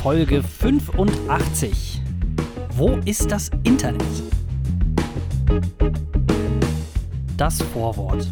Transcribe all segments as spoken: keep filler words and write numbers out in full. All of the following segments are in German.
Folge fünfundachtzig. Wo ist das Internet? Das Vorwort.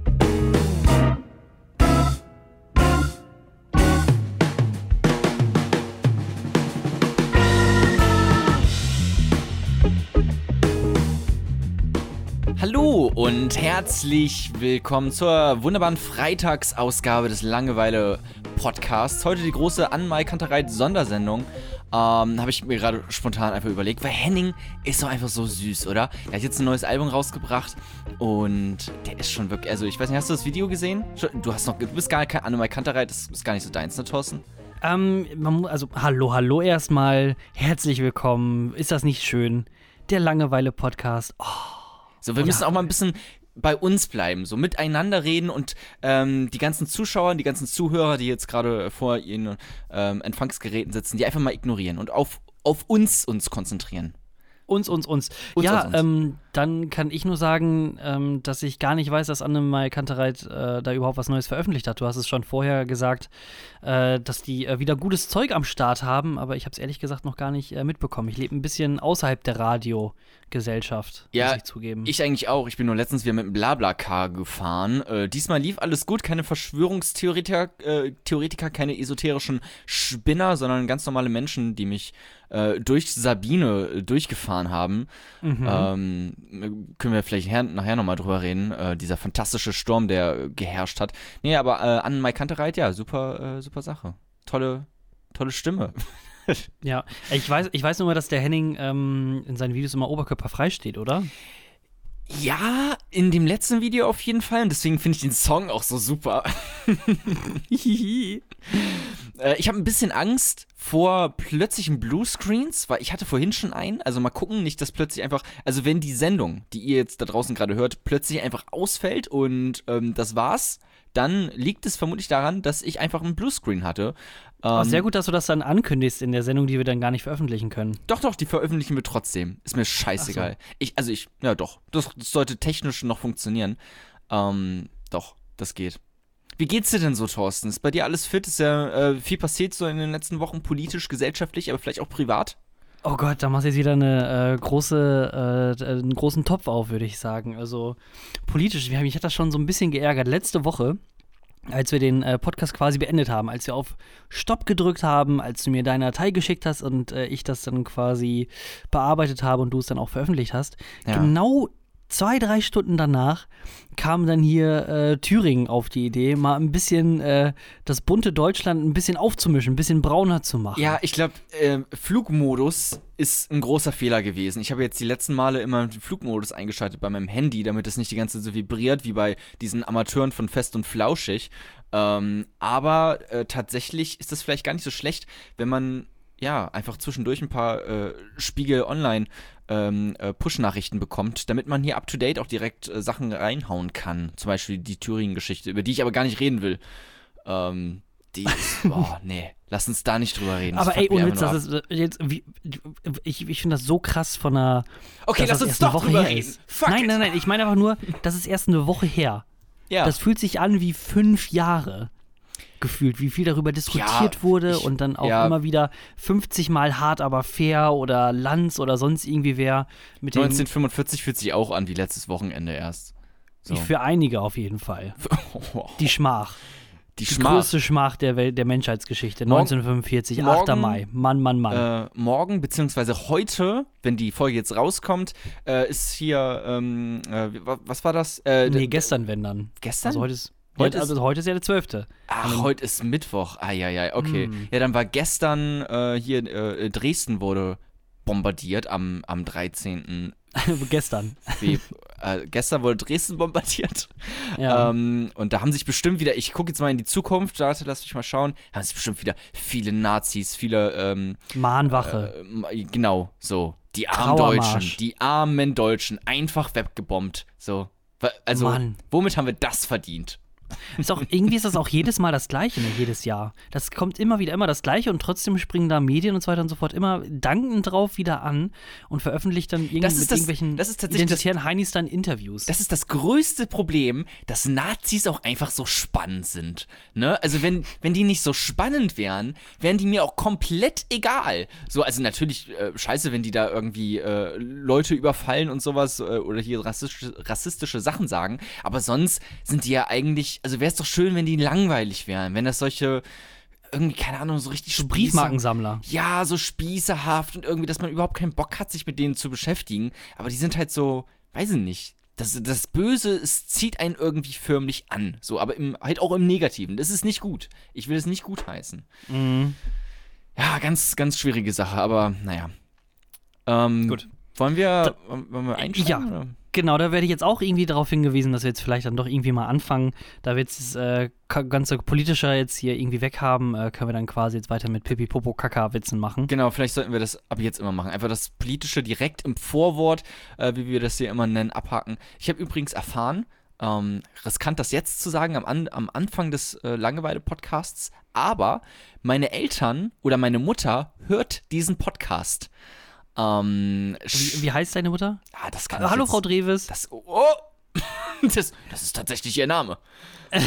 Hallo und herzlich willkommen zur wunderbaren Freitagsausgabe des Langeweile-Podcasts. Heute die große Ann-Mai-Kantereit-Sondersendung. Ähm, habe ich mir gerade spontan einfach überlegt, weil Henning ist doch einfach so süß, oder? Er hat jetzt ein neues Album rausgebracht und der ist schon wirklich, also ich weiß nicht, hast du das Video gesehen? Du hast noch, du bist gar kein Ann-Mai-Kantereit, das ist gar nicht so deins, ne, Thorsten? Ähm, man mu- also hallo, hallo erstmal, herzlich willkommen, ist das nicht schön? Der Langeweile-Podcast, oh. So, wir Ja. müssen auch mal ein bisschen bei uns bleiben, so miteinander reden und ähm, die ganzen Zuschauer, die ganzen Zuhörer, die jetzt gerade vor ihren ähm, Empfangsgeräten sitzen, die einfach mal ignorieren und auf, auf uns uns konzentrieren. Uns, uns, uns. Uns, ja, uns, uns. Ähm, dann kann ich nur sagen, ähm, dass ich gar nicht weiß, dass Anne-Mai Kantereit äh, da überhaupt was Neues veröffentlicht hat. Du hast es schon vorher gesagt, äh, dass die äh, wieder gutes Zeug am Start haben, aber ich habe es ehrlich gesagt noch gar nicht äh, mitbekommen. Ich lebe ein bisschen außerhalb der Radiogesellschaft, Ja, muss ich zugeben. Ich eigentlich auch. Ich bin nur letztens wieder mit einem Blabla-Car gefahren. Äh, diesmal lief alles gut, keine Verschwörungstheoretiker, äh, Theoretiker, keine esoterischen Spinner, sondern ganz normale Menschen, die mich äh, durch Sabine äh, durchgefahren haben. Mhm. Ähm, können wir vielleicht her- nachher nochmal drüber reden. Äh, dieser fantastische Sturm, der äh, geherrscht hat. Nee, aber äh, Ann-Mai Kantereit, ja, super, äh, super Sache. Tolle, tolle Stimme. Ja, ich weiß, ich weiß nur mal, dass der Henning ähm, in seinen Videos immer oberkörperfrei steht, oder? Ja, in dem letzten Video auf jeden Fall. Und deswegen finde ich den Song auch so super. äh, ich habe ein bisschen Angst vor plötzlichen Bluescreens, weil ich hatte vorhin schon einen. Also mal gucken, nicht, dass plötzlich einfach, also wenn die Sendung, die ihr jetzt da draußen gerade hört, plötzlich einfach ausfällt und ähm, das war's, dann liegt es vermutlich daran, dass ich einfach einen Bluescreen hatte. Oh, Ähm, sehr gut, dass du das dann ankündigst in der Sendung, die wir dann gar nicht veröffentlichen können. Doch, doch, die veröffentlichen wir trotzdem. Ist mir scheißegal. Ich, also ich, ja doch, das, das sollte technisch noch funktionieren. Ähm, doch, das geht. Wie geht's dir denn so, Thorsten? Ist bei dir alles fit? Ist ja äh, viel passiert so in den letzten Wochen, politisch, gesellschaftlich, aber vielleicht auch privat? Oh Gott, da machst du jetzt wieder eine äh, große, äh, einen großen Topf auf, würde ich sagen. Also politisch, mich hat das schon so ein bisschen geärgert. Letzte Woche, als wir den äh, Podcast quasi beendet haben, als wir auf Stopp gedrückt haben, als du mir deine Datei geschickt hast und äh, ich das dann quasi bearbeitet habe und du es dann auch veröffentlicht hast, Ja. genau zwei, drei Stunden danach kam dann hier äh, Thüringen auf die Idee, mal ein bisschen äh, das bunte Deutschland ein bisschen aufzumischen, ein bisschen brauner zu machen. Ja, ich glaube, äh, Flugmodus ist ein großer Fehler gewesen. Ich habe jetzt die letzten Male immer den Flugmodus eingeschaltet bei meinem Handy, damit es nicht die ganze Zeit so vibriert wie bei diesen Amateuren von Fest und Flauschig. Ähm, aber äh, tatsächlich ist das vielleicht gar nicht so schlecht, wenn man ja einfach zwischendurch ein paar äh, Spiegel Online ähm, äh, Push-Nachrichten bekommt, damit man hier up-to-date auch direkt äh, Sachen reinhauen kann. Zum Beispiel die Thüringen-Geschichte, über die ich aber gar nicht reden will. Ähm, die ist, boah, nee, lass uns da nicht drüber reden. Das Aber ey, fuckt mich ohne Witz, einfach das nur ab. ist äh, jetzt, wie, ich, ich finde das so krass von einer. Okay, dass lass das uns erst eine doch Woche drüber her reden. ist. Fuck nein, it. nein, nein, ich meine einfach nur, das ist erst eine Woche her. Ja. Das fühlt sich an wie fünf Jahre gefühlt, wie viel darüber diskutiert Ja, wurde ich- und dann auch ja. immer wieder fünfzig Mal hart, aber fair oder Lanz oder sonst irgendwie wer mit dem. neunzehnhundertfünfundvierzig fühlt sich auch an wie letztes Wochenende erst. So. Für einige auf jeden Fall. Die Schmach. Die Die Schmach. größte Schmach der Welt, der Menschheitsgeschichte. Morgen- neunzehnhundertfünfundvierzig, morgen- achter Mai. Mann, Mann, Mann. Äh, morgen, beziehungsweise heute, wenn die Folge jetzt rauskommt, äh, ist hier, ähm, äh, wa- was war das? Äh, nee, d- gestern, wenn dann. Gestern? Also heute ist, Heute ja, also heute ist ja der zwölfte. Ach, heute ist Mittwoch. Ah, ja, ja, okay. Mm. Ja, dann war gestern äh, hier, äh, Dresden wurde bombardiert am, am dreizehnten Gestern. Februar. äh, gestern wurde Dresden bombardiert. Ja. Ähm, und da haben sich bestimmt wieder, ich gucke jetzt mal in die Zukunft, warte, lass mich mal schauen, haben sich bestimmt wieder viele Nazis, viele, ähm, Mahnwache. äh, genau, so. Die armen Trauermarsch. Deutschen, die armen Deutschen, einfach weggebombt. So. Wa- Also, Mann. womit haben wir das verdient? Ist auch, irgendwie ist das auch jedes Mal das Gleiche, ne? Jedes Jahr. Das kommt immer wieder immer das Gleiche und trotzdem springen da Medien und so weiter und so fort immer dankend drauf wieder an und veröffentlichen dann irgendwie Das ist mit das- irgendwelchen das ist tatsächlich identitären Heinis dann Interviews. Das ist das größte Problem, dass Nazis auch einfach so spannend sind. Ne? Also wenn, wenn die nicht so spannend wären, wären die mir auch komplett egal. So, also natürlich äh, scheiße, wenn die da irgendwie äh, Leute überfallen und sowas äh, oder hier rassistische, rassistische Sachen sagen. Aber sonst sind die ja eigentlich, also wäre es doch schön, wenn die langweilig wären. Wenn das solche irgendwie, keine Ahnung, so richtig So Spießer- Briefmarkensammler. Ja, so spießerhaft und irgendwie, dass man überhaupt keinen Bock hat, sich mit denen zu beschäftigen. Aber die sind halt so, weiß ich nicht. Das, das Böse, es zieht einen irgendwie förmlich an. So, aber im, halt auch im Negativen. Das ist nicht gut. Ich will es nicht gutheißen. Mhm. Ja, ganz, ganz schwierige Sache, aber naja. Ähm, Gut. Wollen wir, wollen wir einsteigen? Ja. Oder? Genau, da werde ich jetzt auch irgendwie darauf hingewiesen, dass wir jetzt vielleicht dann doch irgendwie mal anfangen. Da wir jetzt das äh, ka- ganze Politische jetzt hier irgendwie weghaben, äh, können wir dann quasi jetzt weiter mit Pipi Popo Kaka Witzen machen. Genau, vielleicht sollten wir das ab jetzt immer machen. Einfach das Politische direkt im Vorwort, äh, wie wir das hier immer nennen, abhaken. Ich habe übrigens erfahren, ähm, riskant das jetzt zu sagen, am, an, am Anfang des äh, Langeweile-Podcasts, aber meine Eltern oder meine Mutter hört diesen Podcast. Ähm, Wie, wie heißt deine Mutter? ah, das kann Hallo, ich Hallo jetzt, Frau Dreves. Das, oh, das, das ist tatsächlich ihr Name. Ihr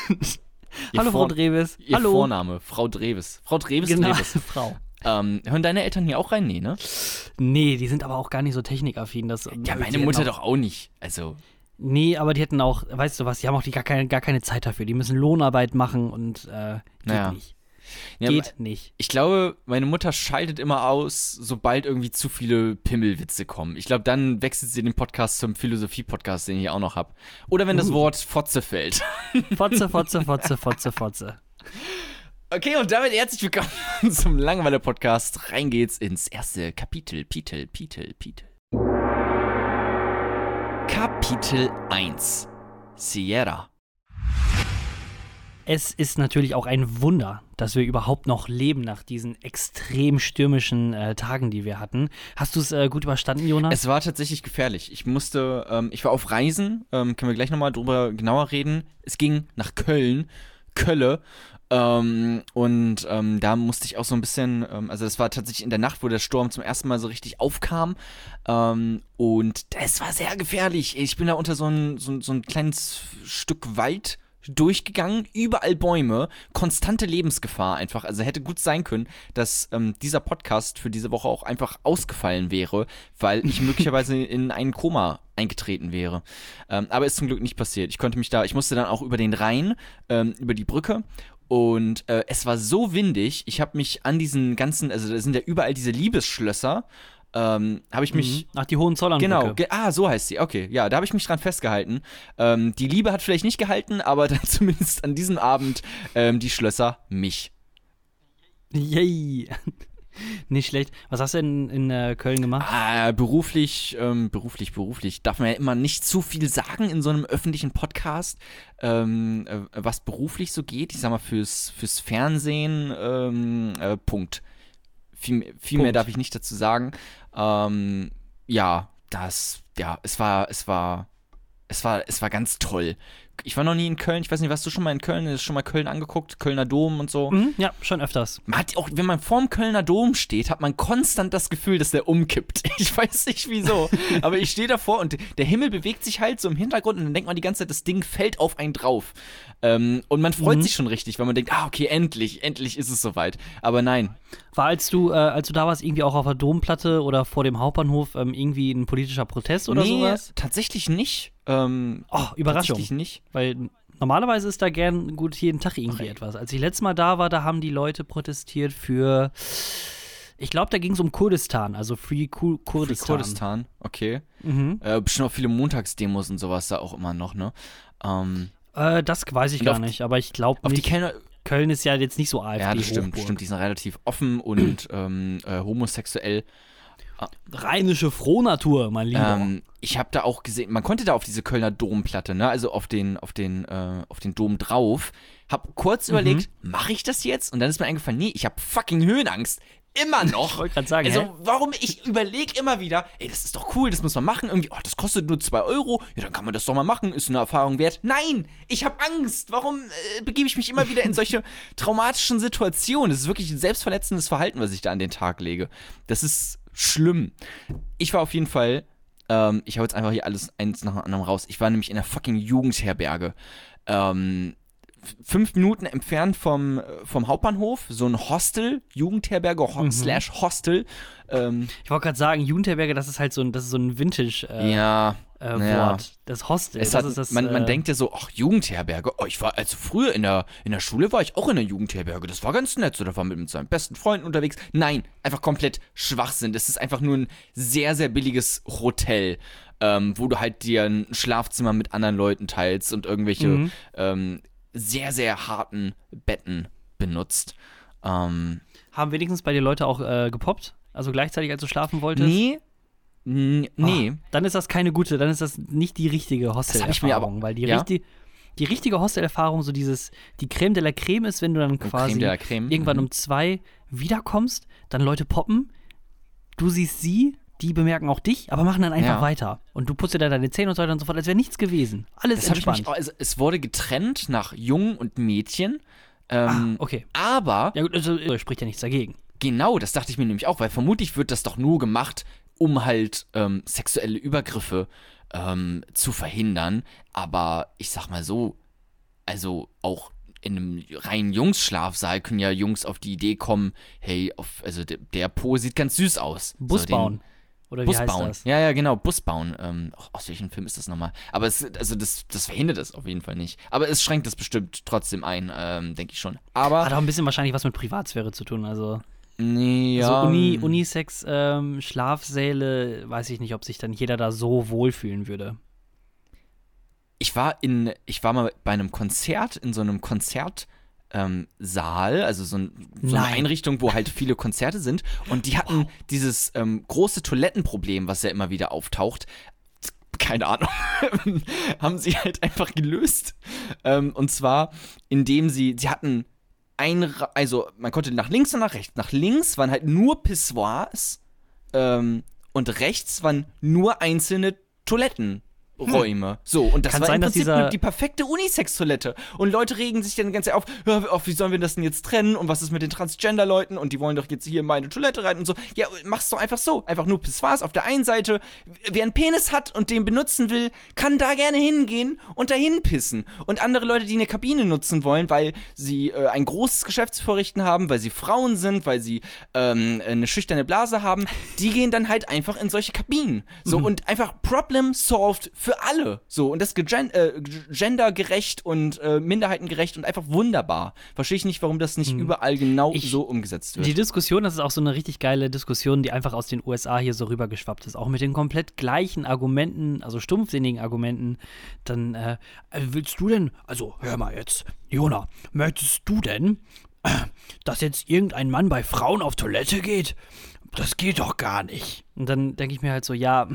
Hallo Frau Vor- Dreves. Ihr Hallo. Vorname, Frau Dreves. Frau Dreves Genau, Dreves. Frau. Ähm, hören deine Eltern hier auch rein? Nee, ne? Nee, die sind aber auch gar nicht so technikaffin. Das, Ja, meine die Mutter hätten auch, doch auch nicht. Also, Nee, aber die hätten auch, weißt du was, die haben auch die gar, keine, gar keine Zeit dafür. Die müssen Lohnarbeit machen und äh, geht Naja. nicht. ja, Geht nicht. ich glaube, meine Mutter schaltet immer aus, sobald irgendwie zu viele Pimmelwitze kommen. Ich glaube, dann wechselt sie den Podcast zum Philosophie-Podcast, den ich auch noch habe. Oder wenn das Uh. Wort Fotze fällt. Fotze, Fotze, Fotze, Fotze, Fotze. Okay, und damit herzlich willkommen zum Langeweile-Podcast. Rein geht's ins erste Kapitel. Pitel, Pitel, Pitel. Kapitel eins. Sierra. Es ist natürlich auch ein Wunder, dass wir überhaupt noch leben nach diesen extrem stürmischen äh, Tagen, die wir hatten. Hast du es äh, gut überstanden, Jonas? Es war tatsächlich gefährlich. Ich musste, ähm, ich war auf Reisen, ähm, können wir gleich nochmal drüber genauer reden. Es ging nach Köln, Kölle. Ähm, und ähm, da musste ich auch so ein bisschen, ähm, also das war tatsächlich in der Nacht, wo der Sturm zum ersten Mal so richtig aufkam. Ähm, und es war sehr gefährlich. Ich bin da unter so ein, so, ein- so ein kleines Stück Wald durchgegangen, überall Bäume, konstante Lebensgefahr einfach. Also hätte gut sein können, dass ähm, dieser Podcast für diese Woche auch einfach ausgefallen wäre, weil ich möglicherweise in ein Koma eingetreten wäre. Ähm, aber ist zum Glück nicht passiert. Ich konnte mich da, ich musste dann auch über den Rhein, ähm, über die Brücke. Und äh, es war so windig, ich habe mich an diesen ganzen, also da sind ja überall diese Liebesschlösser, ähm, habe ich mich Mhm. Ach, die Hohenzollernbrücke. Genau, ge ah, so heißt sie. Okay, ja, da habe ich mich dran festgehalten. Ähm, die Liebe hat vielleicht nicht gehalten, aber dann zumindest an diesem Abend ähm, die Schlösser mich. Yay. Nicht schlecht. Was hast du denn in äh, Köln gemacht? Ah, beruflich, ähm, beruflich, beruflich. Darf man ja immer nicht zu viel sagen in so einem öffentlichen Podcast, ähm, äh, was beruflich so geht. Ich sag mal, fürs, fürs Fernsehen, ähm, äh, Punkt. Viel, viel mehr Punkt. darf ich nicht dazu sagen. Ähm, ja, das, ja, es war, es war, es war, es war ganz toll. Ich war noch nie in Köln. Ich weiß nicht, warst du schon mal in Köln? Hast du schon mal Köln angeguckt? Kölner Dom und so? Mhm, ja, schon öfters. Man hat auch, wenn man vorm Kölner Dom steht, hat man konstant das Gefühl, dass der umkippt. Ich weiß nicht wieso, aber ich stehe davor und der Himmel bewegt sich halt so im Hintergrund und dann denkt man die ganze Zeit, das Ding fällt auf einen drauf. Ähm, und man freut Mhm. sich schon richtig, weil man denkt, ah, okay, endlich, endlich ist es soweit. Aber nein. War, als du, äh, als du da warst, irgendwie auch auf der Domplatte oder vor dem Hauptbahnhof ähm, irgendwie ein politischer Protest oder nee, sowas? tatsächlich nicht. Ähm, Oh, Überraschung. Tatsächlich nicht. Weil normalerweise ist da gern gut jeden Tag irgendwie Okay. etwas. Als ich letztes Mal da war, da haben die Leute protestiert für, ich glaube, da ging es um Kurdistan, also Free Ku- Für Kurdistan. Kurdistan, okay. Mhm. Äh, bestimmt auch viele Montagsdemos und sowas da auch immer noch, ne? Ähm, Äh, das weiß ich Und gar auf nicht, aber ich glaube auf die nicht. Kölner, Köln ist ja jetzt nicht so AfD. ja, das stimmt, Hochburg. stimmt, die sind relativ offen und ähm, äh, homosexuell. Rheinische Frohnatur, mein Lieber. Ähm, ich habe da auch gesehen, man konnte da auf diese Kölner Domplatte, ne, also auf den, auf den, äh, auf den Dom drauf. Hab kurz Mhm. überlegt, mache ich das jetzt? Und dann ist mir eingefallen, nee, ich habe fucking Höhenangst. immer noch. Ich wollte gerade sagen, also hä? warum, ich überlege immer wieder, ey, das ist doch cool, das muss man machen, irgendwie, oh, das kostet nur zwei Euro, ja, dann kann man das doch mal machen, ist eine Erfahrung wert. Nein, ich habe Angst, warum äh, begebe ich mich immer wieder in solche traumatischen Situationen? Das ist wirklich ein selbstverletzendes Verhalten, was ich da an den Tag lege. Das ist schlimm. Ich war auf jeden Fall, ähm, ich hau jetzt einfach hier alles eins nach dem anderen raus, ich war nämlich in einer fucking Jugendherberge, ähm, fünf Minuten entfernt vom, vom Hauptbahnhof, so ein Hostel, Jugendherberge ho- Mhm. slash Hostel. Ähm, Ich wollte gerade sagen, Jugendherberge, das ist halt so ein, das ist so ein Vintage äh, ja, äh, ja. Wort. Das Hostel, Es das hat, ist das, man, man äh, denkt ja so, ach, Jugendherberge, oh, ich war, also früher in der, in der Schule war ich auch in der Jugendherberge, das war ganz nett, so, da war man mit seinen besten Freunden unterwegs. Nein, einfach komplett Schwachsinn, das ist einfach nur ein sehr, sehr billiges Hotel, ähm, wo du halt dir ein Schlafzimmer mit anderen Leuten teilst und irgendwelche, Mhm. ähm, sehr, sehr harten Betten benutzt. Ähm, haben wenigstens bei dir Leute auch äh, gepoppt? Also gleichzeitig, als du schlafen wolltest? nee, n- nee. Oh, dann ist das keine gute, dann ist das nicht die richtige hab ich mir Hostelerfahrung, aber- weil die, ja. richtig, die richtige Hostelerfahrung, so dieses, die Creme de la Creme ist, wenn du dann Oh, quasi Creme de la Creme. irgendwann Mhm. um zwei wiederkommst, dann Leute poppen, du siehst sie, die bemerken auch dich, aber machen dann einfach Ja. weiter. Und du putzt dir dann deine Zähne und so weiter und so fort, als wäre nichts gewesen. Alles Das hab ich entspannt. mich auch, also es wurde getrennt nach Jungen und Mädchen. ah, Ähm, okay. Aber Ja gut, also äh, spricht ja nichts dagegen. genau, das dachte ich mir nämlich auch, weil vermutlich wird das doch nur gemacht, um halt ähm, sexuelle Übergriffe ähm, zu verhindern. Aber ich sag mal so, also auch in einem reinen Jungs-Schlafsaal können ja Jungs auf die Idee kommen, hey, auf, also der, der Po sieht ganz süß aus. Bus so, den- bauen. Oder wie Bus heißt bauen. das? Ja, ja, genau, Bus bauen. Ähm, ach, aus welchem Film ist das nochmal? Aber es, also das, das verhindert es auf jeden Fall nicht. Aber es schränkt es bestimmt trotzdem ein, ähm, denke ich schon. Aber, Hat auch ein bisschen wahrscheinlich was mit Privatsphäre zu tun. Also, nee, ja. also Uni, Unisex, ähm, Schlafsäle, weiß ich nicht, ob sich dann jeder da so wohlfühlen würde. Ich war in, ich war mal bei einem Konzert, in so einem Konzert, ähm, Saal, also so, ein, so eine Nein. Einrichtung, wo halt viele Konzerte sind. Und die hatten dieses ähm, große Toilettenproblem, was ja immer wieder auftaucht. Keine Ahnung, haben sie halt einfach gelöst. Ähm, und zwar, indem sie, sie hatten ein, Ra- also man konnte nach links und nach rechts. Nach links waren halt nur Pissoirs ähm, und rechts waren nur einzelne Toilettenräume. So, und das Kann war sein, im dass Prinzip dieser- nur die perfekte Unisex-Toilette. Und Leute regen sich dann ganz auf, ja, auf, wie sollen wir das denn jetzt trennen? Und was ist mit den Transgender-Leuten? Und die wollen doch jetzt hier in meine Toilette rein und so. Ja, mach's doch einfach so. Einfach nur Pissoirs auf der einen Seite. Wer einen Penis hat und den benutzen will, kann da gerne hingehen und dahin pissen. Und andere Leute, die eine Kabine nutzen wollen, weil sie äh, ein großes Geschäft zu verrichten haben, weil sie Frauen sind, weil sie ähm, eine schüchterne Blase haben, die gehen dann halt einfach in solche Kabinen. So, Mhm. und einfach Problem solved für alle. So, und das gen äh, gendergerecht und äh, minderheitengerecht und einfach wunderbar. Verstehe ich nicht, warum das nicht überall genau Ich- so umgesetzt wird. Die Diskussion, das ist auch so eine richtig geile Diskussion, die einfach aus den U S A hier so rübergeschwappt ist. Auch mit den komplett gleichen Argumenten, also stumpfsinnigen Argumenten. Dann, äh, willst du denn, also hör mal jetzt, Jona, möchtest du denn, äh, dass jetzt irgendein Mann bei Frauen auf Toilette geht? Das geht doch gar nicht. Und dann denke ich mir halt so, ja,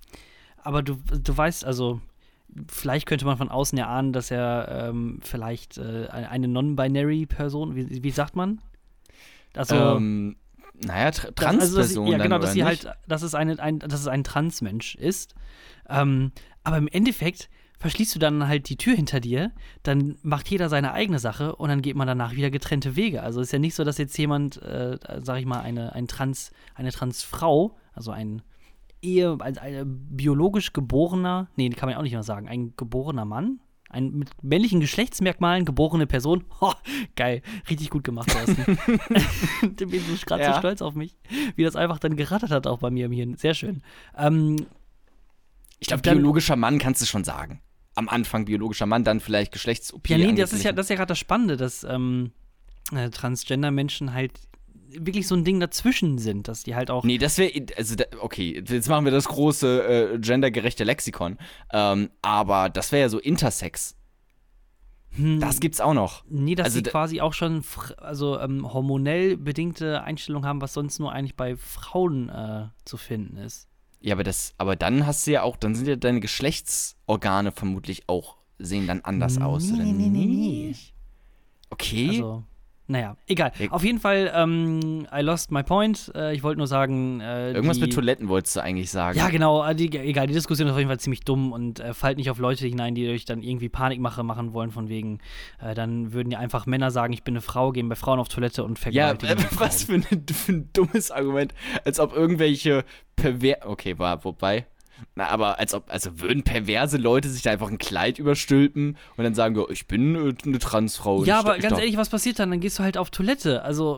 aber du, du weißt, also, vielleicht könnte man von außen erahnen, dass er ähm, vielleicht äh, eine non-binary Person, wie, wie sagt man? Also, ähm, naja, Tra das- also, dass sie- Transperson ja, genau, dann, dass oder sie nicht? halt, dass es eine, ein, dass es ein Transmensch ist. Ähm, aber im Endeffekt verschließt du dann halt die Tür hinter dir, dann macht jeder seine eigene Sache und dann geht man danach wieder getrennte Wege. Also ist ja nicht so, dass jetzt jemand, äh, sag ich mal, eine, ein Trans, eine Transfrau, also ein Ehe, also ein biologisch geborener, nee, kann man ja auch nicht mehr sagen, ein geborener Mann, ein mit männlichen Geschlechtsmerkmalen geborene Person. Ho, geil, richtig gut gemacht, Thorsten. Ich bin so gerade Ja. so stolz auf mich, wie das einfach dann gerattert hat, auch bei mir im Hirn. Sehr schön. Ähm, Ich glaube, dann- biologischer Mann kannst du schon sagen. Am Anfang biologischer Mann, dann vielleicht Geschlechts-O P. ja, nee, das ist ja, angeglichen. das ist ja gerade das Spannende, dass ähm, äh, Transgender-Menschen halt wirklich so ein Ding dazwischen sind, dass die halt auch. Nee, das wäre, also, da, okay, jetzt machen wir das große äh, gendergerechte Lexikon. Ähm, aber das wäre ja so Intersex. hm, Das gibt's auch noch. Nee, dass Also sie da- quasi auch schon fr- also ähm, hormonell bedingte Einstellungen haben, was sonst nur eigentlich bei Frauen äh, zu finden ist. Ja, aber das, aber dann hast du ja auch, dann sind ja deine Geschlechtsorgane vermutlich auch, sehen dann anders aus, oder nee, nee, nee, nee. nicht? Okay. Also, Naja, egal. Ja. Auf jeden Fall, ähm, I lost my point. Äh, ich wollte nur sagen, äh, Irgendwas die, mit Toiletten wolltest du eigentlich sagen. Ja, genau. Die, egal, die Diskussion ist auf jeden Fall ziemlich dumm und äh, fallt nicht auf Leute hinein, die euch dann irgendwie Panikmache machen wollen, von wegen, äh, dann würden ja einfach Männer sagen, ich bin eine Frau, gehen bei Frauen auf Toilette und Ja, vergewaltigen. äh, was für, eine, für ein dummes Argument. Als ob irgendwelche perver... Okay, war, wobei... Na, aber als ob, also würden perverse Leute sich da einfach ein Kleid überstülpen und dann sagen, ja, ich bin äh, eine Transfrau. Ja, ich, aber ich ganz darf- ehrlich, was passiert dann? Dann gehst du halt auf Toilette. Also,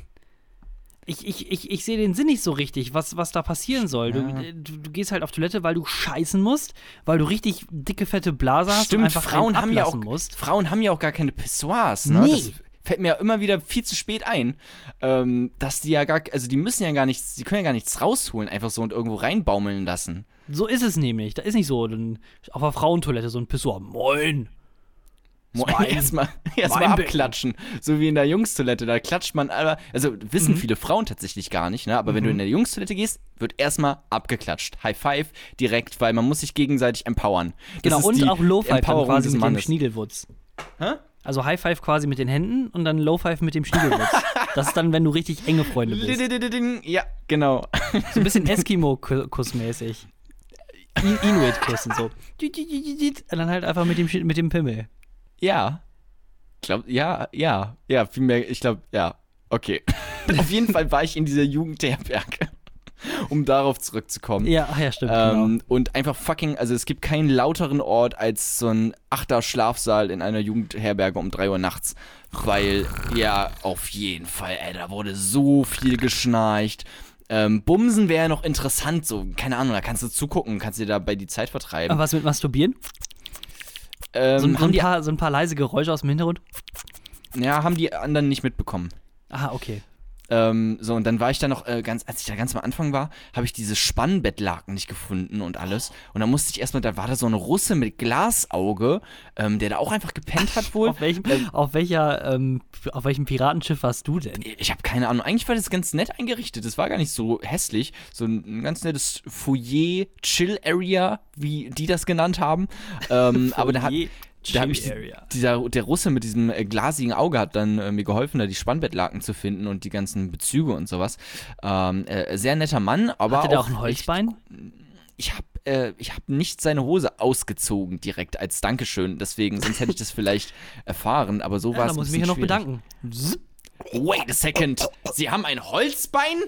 ich, ich, ich, ich sehe den Sinn nicht so richtig, was, was da passieren soll. Du, Ja. du, du gehst halt auf Toilette, weil du scheißen musst, weil du richtig dicke, fette Blase hast Stimmt, und einfach Frauen einen haben ja auch ablassen musst. Frauen haben ja auch gar keine Pissoirs, ne? Nee. Das fällt mir ja immer wieder viel zu spät ein, ähm, dass die ja gar, also die müssen ja gar nichts, die können ja gar nichts rausholen, einfach so und irgendwo reinbaumeln lassen. So ist es nämlich. Da ist nicht so dann auf der Frauentoilette so ein Pissoir. Moin! Mo- mein- Erstmal erst mein mal Becken. abklatschen, so wie in der Jungstoilette, da klatscht man, aber, also wissen Mhm. viele Frauen tatsächlich gar nicht, ne? Aber wenn du in der Jungstoilette gehst, wird erstmal abgeklatscht. High Five direkt, weil man muss sich gegenseitig empowern. Das Genau, ist und die auch Low-Five dann Empowerung quasi des mit dem Mannes. Schniedelwurz. Hä? Also High-Five quasi mit den Händen und dann Low-Five mit dem Schniedelwurz. Das ist dann, wenn du richtig enge Freunde bist. Lididididing. Ja, genau. So ein bisschen Eskimo-Kuss-mäßig. In- Inuit-Kuss und so. Und dann halt einfach mit dem, Sch- mit dem Pimmel. Ja. Ich glaube, ja, ja, ja, vielmehr, ich glaube, ja, okay. Auf jeden Fall war ich in dieser Jugendherberge, um darauf zurückzukommen. Ja, ach ja, stimmt. Ähm, genau. Und einfach fucking, also es gibt keinen lauteren Ort als so ein Achter-Schlafsaal in einer Jugendherberge um drei Uhr nachts. Weil, ja, auf jeden Fall, ey, da wurde so viel geschnarcht. Ähm, Bumsen wäre ja noch interessant, so, keine Ahnung, da kannst du zugucken, kannst dir dabei die Zeit vertreiben. Aber was mit Masturbieren? Ähm, So ein, so, haben ein die, paar, so ein paar leise Geräusche aus dem Hintergrund? ja, haben die anderen nicht mitbekommen. Ah, okay. Ähm, so, und dann war ich da noch, äh, ganz, als ich da ganz am Anfang war, habe ich diese Spannbettlaken nicht gefunden und alles. Und dann musste ich erstmal, da war da so ein Russe mit Glasauge, ähm, der da auch einfach gepennt hat wohl. Auf welchem, auf welcher, ähm, auf welchem Piratenschiff warst du denn? Ich habe keine Ahnung. Eigentlich war das ganz nett eingerichtet. Das war gar nicht so hässlich. So ein ganz nettes Foyer-Chill-Area, wie die das genannt haben. Ähm, aber da hat, da hat mich die, Chill-Area. dieser, der Russe mit diesem äh, glasigen Auge hat dann äh, mir geholfen, da die Spannbettlaken zu finden und die ganzen Bezüge und sowas. Ähm, äh, sehr netter Mann, aber Hatte der auch auch ein Holzbein? ich habe äh, ich hab nicht seine Hose ausgezogen direkt als Dankeschön, deswegen, sonst hätte ich das vielleicht erfahren, aber so Ja, war da es ein muss ich mich ja bisschen noch schwierig. bedanken. Wait a second, Sie haben ein Holzbein?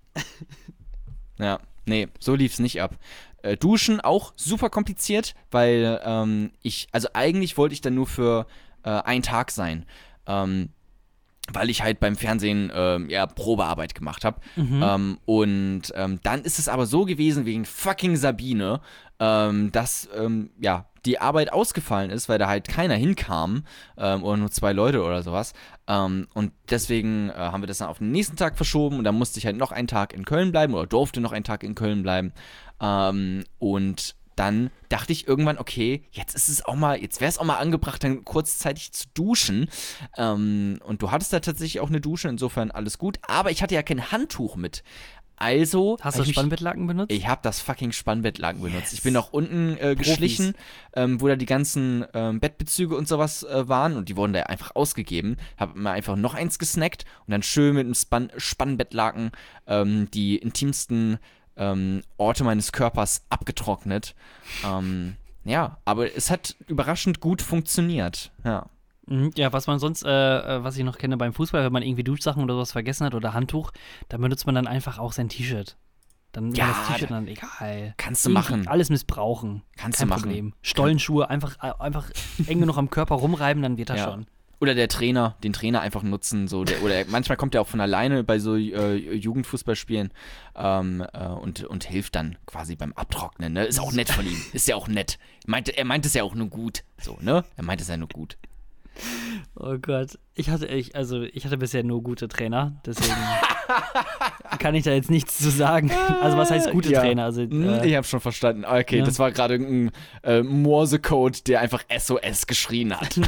Ja, nee, so lief's nicht ab. Äh, Duschen auch super kompliziert, weil ähm, ich, also eigentlich wollte ich dann nur für äh, einen Tag sein. Ähm, weil ich halt beim Fernsehen ähm, ja Probearbeit gemacht habe. Mhm. Ähm, und ähm, dann ist es aber so gewesen wegen fucking Sabine, ähm, dass ähm, ja die Arbeit ausgefallen ist, weil da halt keiner hinkam ähm, oder nur zwei Leute oder sowas. Ähm, und deswegen äh, haben wir das dann auf den nächsten Tag verschoben und dann musste ich halt noch einen Tag in Köln bleiben oder durfte noch einen Tag in Köln bleiben. Ähm, und dann dachte ich irgendwann, okay, jetzt ist es auch mal, jetzt wäre es auch mal angebracht, dann kurzzeitig zu duschen. Ähm, und du hattest da tatsächlich auch eine Dusche, insofern alles gut. Aber ich hatte ja kein Handtuch mit. Also. Hast hab du ich mich- Spannbettlaken benutzt? Ich habe das fucking Spannbettlaken benutzt. Yes. Ich bin nach unten äh, geschlichen, ähm, wo da die ganzen ähm, Bettbezüge und sowas äh, waren und die wurden da einfach ausgegeben. Habe mir einfach noch eins gesnackt und dann schön mit einem Spann Spannbettlaken ähm, die intimsten ähm, Orte meines Körpers abgetrocknet. Ähm, ja, aber es hat überraschend gut funktioniert. Ja. Mhm, ja, was man sonst, äh, äh, was ich noch kenne beim Fußball, wenn man irgendwie Duschsachen oder sowas vergessen hat oder Handtuch, dann benutzt man dann einfach auch sein T-Shirt. Dann Ja, ja, das T-Shirt dann egal. Kannst du Irgendwie machen. Alles missbrauchen. Kannst Kein du machen. Problem. Stollenschuhe einfach, äh, einfach eng genug am Körper rumreiben, dann wird das Ja. schon. Oder der Trainer, den Trainer einfach nutzen, so der, oder manchmal kommt er auch von alleine bei so äh, Jugendfußballspielen ähm, äh, und, und hilft dann quasi beim Abtrocknen. Ne? Ist auch nett von ihm. Ist ja auch nett. Meinte, er meint es ja auch nur gut. So, ne? Er meint es ja nur gut. Oh Gott. Ich hatte, ich, also ich hatte bisher nur gute Trainer, deswegen kann ich da jetzt nichts zu sagen. Also was heißt gute Ja. Trainer? Also, Hm, äh, ich habe schon verstanden. Okay, ja. das war gerade ein äh, Morsecode, der einfach S O S geschrien hat.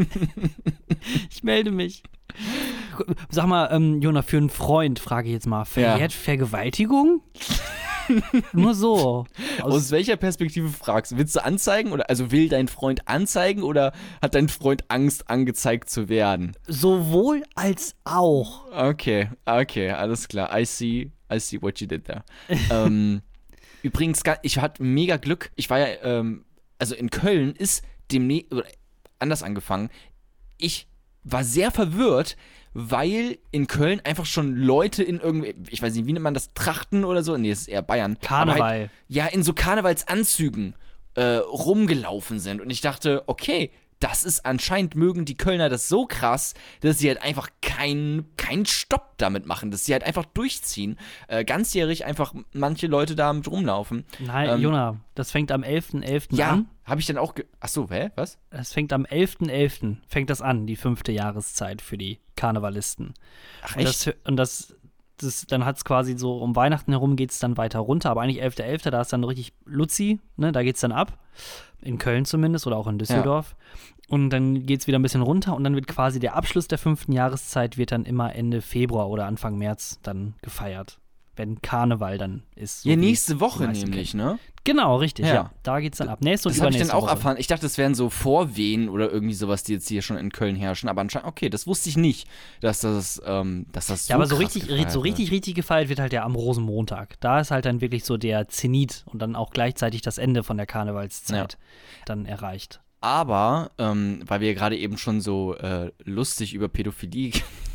ich melde mich. Sag mal, ähm, Jona, für einen Freund, frage ich jetzt mal, verjährt Vergewaltigung? Nur so. Aus, Aus welcher Perspektive fragst du? Willst du anzeigen? Oder, also will dein Freund anzeigen oder hat dein Freund Angst, angezeigt zu werden? Sowohl als auch. Okay, okay, alles klar. I see, I see what you did there. ähm, übrigens, ich hatte mega Glück. Ich war ja, ähm, also in Köln ist demnächst, oder anders angefangen. Ich war sehr verwirrt, weil in Köln einfach schon Leute in irgendwie, ich weiß nicht, wie nennt man das, Trachten oder so? Nee, das ist eher Bayern. Karneval. Halt, ja, in so Karnevalsanzügen äh, rumgelaufen sind. Und ich dachte, okay, das ist anscheinend, mögen die Kölner das so krass, dass sie halt einfach keinen kein Stopp damit machen, dass sie halt einfach durchziehen. Äh, ganzjährig einfach manche Leute da mit rumlaufen. Nein, ähm, Jona, das fängt am elften elften ja, an. Ja, habe ich dann auch, ge- achso, hä, was? Es fängt am elften elften fängt das an, die fünfte Jahreszeit für die Karnevalisten. Ach, und echt? das, und das, das dann hat es quasi so, um Weihnachten herum geht es dann weiter runter, aber eigentlich elfter elfter da ist dann richtig Luzi, ne, da geht's dann ab. In Köln zumindest oder auch in Düsseldorf. Ja. Und dann geht es wieder ein bisschen runter und dann wird quasi der Abschluss der fünften Jahreszeit wird dann immer Ende Februar oder Anfang März dann gefeiert. Wenn Karneval dann ist. So ja, nächste Woche nämlich, kennen. ne? Genau, richtig, ja. ja. Da geht's dann ab. Nächste und das habe ich dann auch Woche. erfahren. Ich dachte, das wären so Vorwehen oder irgendwie sowas, die jetzt hier schon in Köln herrschen. Aber anscheinend, okay, das wusste ich nicht, dass das, ähm, dass das so Ja, aber so krass richtig, gefeiert so richtig, wird. richtig gefeiert wird halt ja am Rosenmontag. Da ist halt dann wirklich so der Zenit und dann auch gleichzeitig das Ende von der Karnevalszeit ja. dann erreicht. Aber, ähm, weil wir gerade eben schon so äh, lustig über Pädophilie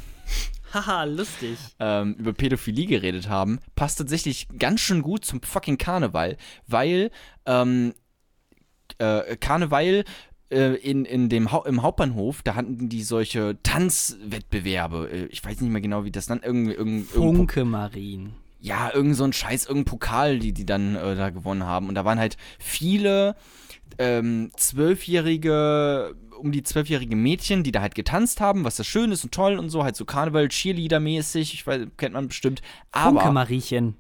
Haha, lustig. Ähm, über Pädophilie geredet haben, passt tatsächlich ganz schön gut zum fucking Karneval, weil ähm, äh, Karneval äh, in, in dem ha- im Hauptbahnhof, da hatten die solche Tanzwettbewerbe. Äh, ich weiß nicht mehr genau, wie das dann irgendwie. Irgend, Funke Marien. Ja, irgend so ein Scheiß, irgendein Pokal, die die dann äh, da gewonnen haben. Und da waren halt viele ähm, zwölfjährige, um die zwölfjährige Mädchen, die da halt getanzt haben, was das schön ist und toll und so, halt so Karneval, Cheerleader-mäßig, ich weiß, kennt man bestimmt. Aber Funke Mariechen.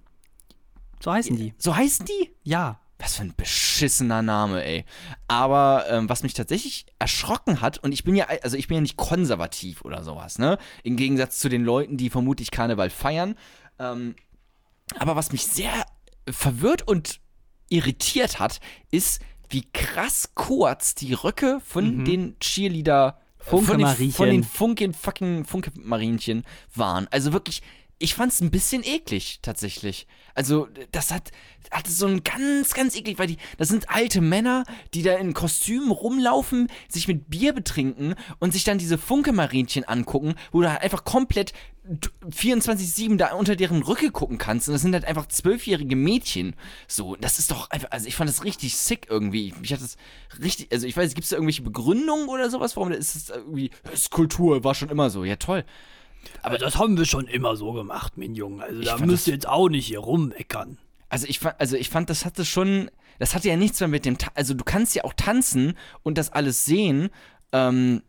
So heißen die. So heißen die? Ja. Was für ein beschissener Name, ey. Aber ähm, was mich tatsächlich erschrocken hat, und ich bin ja, also ich bin ja nicht konservativ oder sowas, ne? Im Gegensatz zu den Leuten, die vermutlich Karneval feiern. Ähm, aber was mich sehr verwirrt und irritiert hat, ist, wie krass kurz die Röcke von Mhm. den Cheerleader, Funke von den, Mariechen. von den Funken, fucking Funke Marienchen waren. Also wirklich, ich fand's ein bisschen eklig, tatsächlich. Also, das hat, hatte so ein ganz, ganz eklig, weil die, das sind alte Männer, die da in Kostümen rumlaufen, sich mit Bier betrinken und sich dann diese Funke-Marienchen angucken, wo du halt einfach komplett vierundzwanzig sieben da unter deren Rücke gucken kannst. Und das sind halt einfach zwölfjährige Mädchen. So, das ist doch einfach, also ich fand das richtig sick irgendwie. Ich hatte das richtig, also ich weiß, gibt es da irgendwelche Begründungen oder sowas? Warum ist es irgendwie, das ist Kultur, war schon immer so. Ja, toll. Aber das haben wir schon immer so gemacht, mein Junge. Also da fand müsst ihr das- jetzt auch nicht hier rummeckern. Also ich fand, also ich fand, das hatte schon, das hatte ja nichts mehr mit dem, Ta- also du kannst ja auch tanzen und das alles sehen, ähm,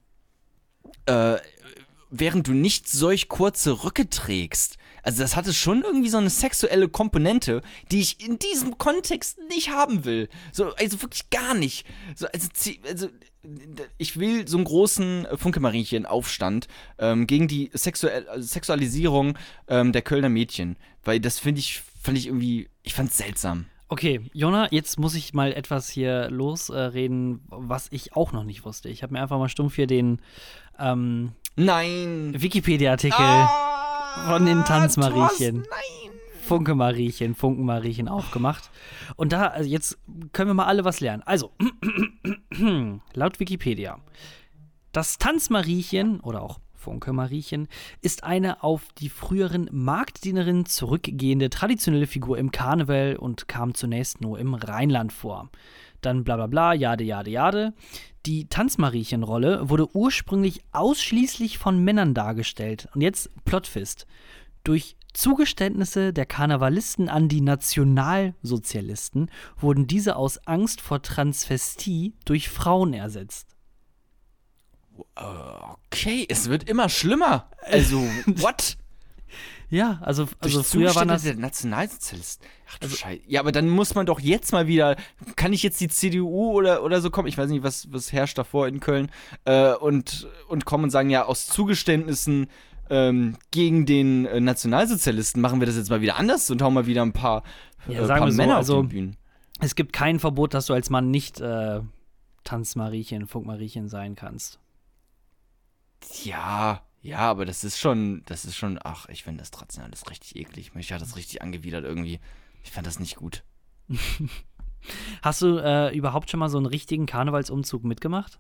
äh, während du nicht solch kurze Röcke trägst. Also das hatte schon irgendwie so eine sexuelle Komponente, die ich in diesem Kontext nicht haben will. So, also wirklich gar nicht. So, also, zie- also ich will so einen großen Funke-Marienchen-Aufstand ähm, gegen die Sexuell also Sexualisierung ähm, der Kölner Mädchen. Weil das finde ich, fand ich irgendwie, ich fand's seltsam. Okay, Jona, jetzt muss ich mal etwas hier losreden, was ich auch noch nicht wusste. Ich habe mir einfach mal stumpf hier den ähm, Nein! Wikipedia-Artikel Ah, von den Tanzmariechen. Thorsten, Nein! Funke-Mariechen, Funken-Mariechen aufgemacht. Und da, also jetzt können wir mal alle was lernen. Also, laut Wikipedia, das Tanzmariechen oder auch Funke-Mariechen ist eine auf die früheren Marktdienerinnen zurückgehende traditionelle Figur im Karneval und kam zunächst nur im Rheinland vor. Dann bla bla bla, jade, jade, jade. Die Tanzmariechen-Rolle wurde ursprünglich ausschließlich von Männern dargestellt. Und jetzt Plotfist. Durch Zugeständnisse der Karnevalisten an die Nationalsozialisten wurden diese aus Angst vor Transvestie durch Frauen ersetzt. Okay, es wird immer schlimmer. Also, what? Ja, also, also Durch früher waren das. der Nationalsozialisten. Ach du Scheiße. Ja, aber dann muss man doch jetzt mal wieder, kann ich jetzt die C D U oder, oder so kommen, ich weiß nicht, was, was herrscht davor in Köln, äh, und, und kommen und sagen, ja, aus Zugeständnissen ähm, gegen den äh, Nationalsozialisten, machen wir das jetzt mal wieder anders und hauen mal wieder ein paar, Ja, äh, sagen paar wir so, Männer also- auf die Bühnen. Es gibt kein Verbot, dass du als Mann nicht äh, Tanzmariechen, Funkmariechen sein kannst. Ja, ja, aber das ist schon, das ist schon, ach, ich finde das trotzdem alles richtig eklig. Mich hat das richtig angewidert irgendwie. Ich fand das nicht gut. Hast du äh, überhaupt schon mal so einen richtigen Karnevalsumzug mitgemacht?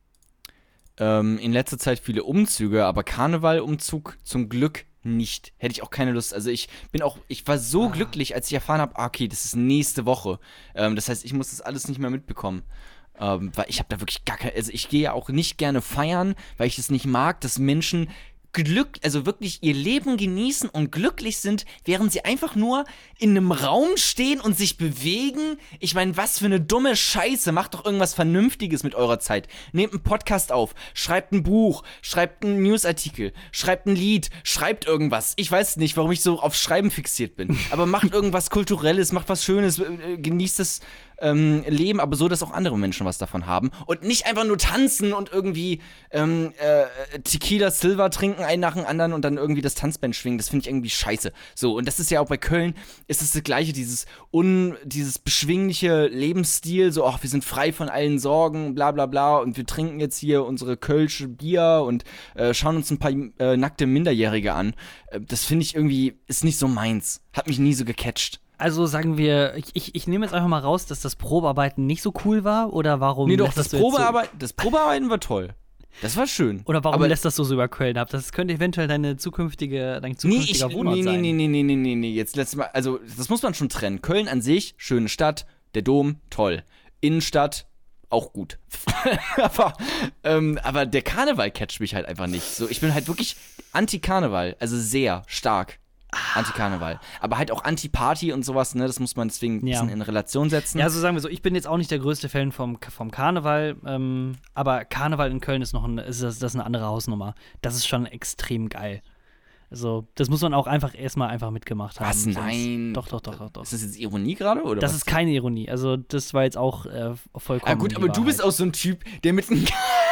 Ähm, in letzter Zeit viele Umzüge, aber Karnevalumzug zum Glück nicht. Hätte ich auch keine Lust. Also ich bin auch, ich war so Ah. glücklich, als ich erfahren habe, ah, okay, das ist nächste Woche. Ähm, das heißt, ich muss das alles nicht mehr mitbekommen. Ähm, weil ich habe da wirklich gar keine, also ich gehe ja auch nicht gerne feiern, weil ich es nicht mag, dass Menschen Glück, also wirklich ihr Leben genießen und glücklich sind, während sie einfach nur in einem Raum stehen und sich bewegen. Ich meine, was für eine dumme Scheiße. Macht doch irgendwas Vernünftiges mit eurer Zeit. Nehmt einen Podcast auf, schreibt ein Buch, schreibt einen Newsartikel, schreibt ein Lied, schreibt irgendwas. Ich weiß nicht, warum ich so auf Schreiben fixiert bin. Aber macht irgendwas Kulturelles, macht was Schönes, äh, genießt das ähm, Leben, aber so, dass auch andere Menschen was davon haben. Und nicht einfach nur tanzen und irgendwie ähm, äh, Tequila Silver trinken, einen nach dem anderen und dann irgendwie das Tanzband schwingen. Das finde ich irgendwie scheiße. So, und das ist ja auch bei Köln, ist es das Gleiche, dieses un, dieses beschwingliche Lebensstil, so, ach, wir sind frei von allen Sorgen, bla bla bla, und wir trinken jetzt hier unsere Kölsche Bier und äh, schauen uns ein paar äh, nackte Minderjährige an. Äh, das finde ich irgendwie, ist nicht so meins. Hat mich nie so gecatcht. Also sagen wir, ich, ich, ich nehme jetzt einfach mal raus, dass das Probearbeiten nicht so cool war, oder warum Nee, doch, lässt das, du jetzt so, Probearbeiten, das Probearbeiten war toll. Das war schön. oder warum aber lässt das so, so über Köln ab? Das könnte eventuell deine zukünftige, dein Nee, zukünftiger ich, Wohnort nee, sein. nee, nee, nee, nee, nee, nee, jetzt letztes Mal, also das muss man schon trennen. Köln an sich, schöne Stadt, der Dom, toll. Innenstadt, auch gut. aber, ähm, aber der Karneval catcht mich halt einfach nicht. So, ich bin halt wirklich Anti-Karneval, also sehr stark Anti-Karneval. Aber halt auch Anti-Party und sowas, ne, das muss man deswegen ein Ja. bisschen in Relation setzen. Ja, so sagen wir so, ich bin jetzt auch nicht der größte Fan vom, vom Karneval, ähm, aber Karneval in Köln ist noch ein, ist das, das ist eine andere Hausnummer. Das ist schon extrem geil. Also, das muss man auch einfach erstmal einfach mitgemacht haben. Was? sonst- Nein. Doch, doch, doch, doch, doch. Ist das jetzt Ironie gerade, oder Das was? ist keine Ironie. Also, das war jetzt auch äh, vollkommen. Ah gut, die aber du bist Wahrheit. auch so ein Typ, der mit einem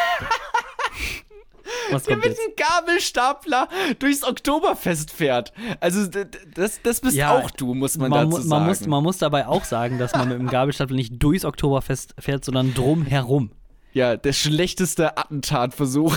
Was der kommt mit jetzt? einem Gabelstapler durchs Oktoberfest fährt. Also d- d- das, das bist Ja, auch du, muss man, Man, dazu mu- sagen. man, muss, man muss dabei auch sagen, dass man mit dem Gabelstapler nicht durchs Oktoberfest fährt, sondern drumherum. Ja, der schlechteste Attentatversuch.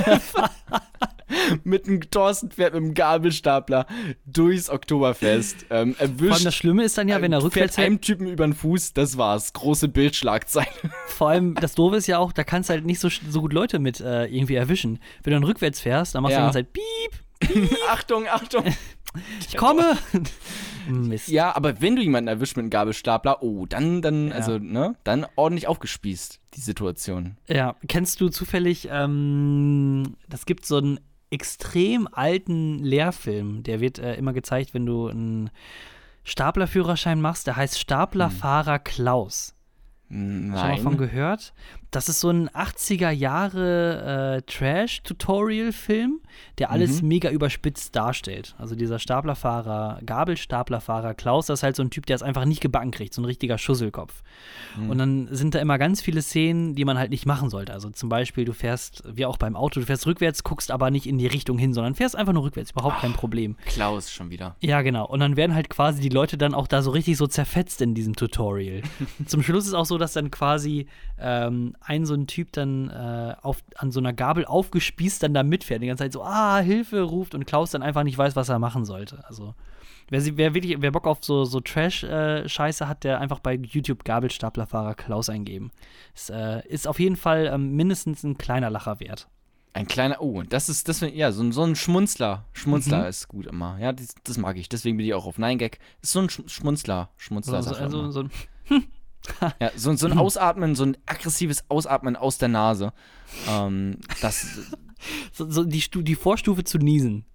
mit einem Thorsten fährt mit einem Gabelstapler durchs Oktoberfest. Ähm, Vor allem erwischt das Schlimme ist dann ja, wenn er rückwärts fährt fährt. einem Typen über den Fuß, das war's. Große Bildschlagzeile. Vor allem, das Doofe ist ja auch, da kannst du halt nicht so, so gut Leute mit äh, irgendwie erwischen. Wenn du dann rückwärts fährst, dann machst Ja. du die ganze Zeit Piep, Achtung, Achtung. ich komme. Mist. Ja, aber wenn du jemanden erwischt mit einem Gabelstapler, oh, dann, dann, Ja. also, ne, dann ordentlich aufgespießt, die Situation. Ja, kennst du zufällig, ähm, das gibt so einen extrem alten Lehrfilm, der wird äh, immer gezeigt, wenn du einen Staplerführerschein machst, der heißt Staplerfahrer Klaus. Nein. Schon mal von gehört? Das ist so ein achtziger Jahre äh, Trash-Tutorial-Film, der alles Mhm. mega überspitzt darstellt. Also dieser Staplerfahrer, Gabelstaplerfahrer Klaus, das ist halt so ein Typ, der es einfach nicht gebacken kriegt, so ein richtiger Schusselkopf. Mhm. Und dann sind da immer ganz viele Szenen, die man halt nicht machen sollte. Also zum Beispiel, du fährst, wie auch beim Auto, du fährst rückwärts, guckst aber nicht in die Richtung hin, sondern fährst einfach nur rückwärts, überhaupt kein Problem. Klaus schon wieder. Ja, genau. Und dann werden halt quasi die Leute dann auch da so richtig so zerfetzt in diesem Tutorial. Zum Schluss ist auch so, dass dann quasi ähm, ein so ein Typ dann äh, auf, an so einer Gabel aufgespießt dann da mitfährt. Die ganze Zeit so, ah, Hilfe ruft und Klaus dann einfach nicht weiß, was er machen sollte. Also, wer, sie- wer, wirklich, wer Bock auf so, so Trash-Scheiße hat, der einfach bei YouTube Gabelstaplerfahrer Klaus eingeben. Es äh, ist auf jeden Fall ähm, mindestens ein kleiner Lacher wert. Ein kleiner, oh, das ist, das, ja, so, ein- so ein Schmunzler. Schmunzler Mhm. ist gut immer. Ja, das, das mag ich. Deswegen bin ich auch auf nein Gag. Ist so ein Sch- Schmunzler. Schmunzler. So, so, sagt man also, immer. so ein ja, so, so ein Ausatmen, so ein aggressives Ausatmen aus der Nase. Ähm, das, So, so die, Stu die Vorstufe zu niesen.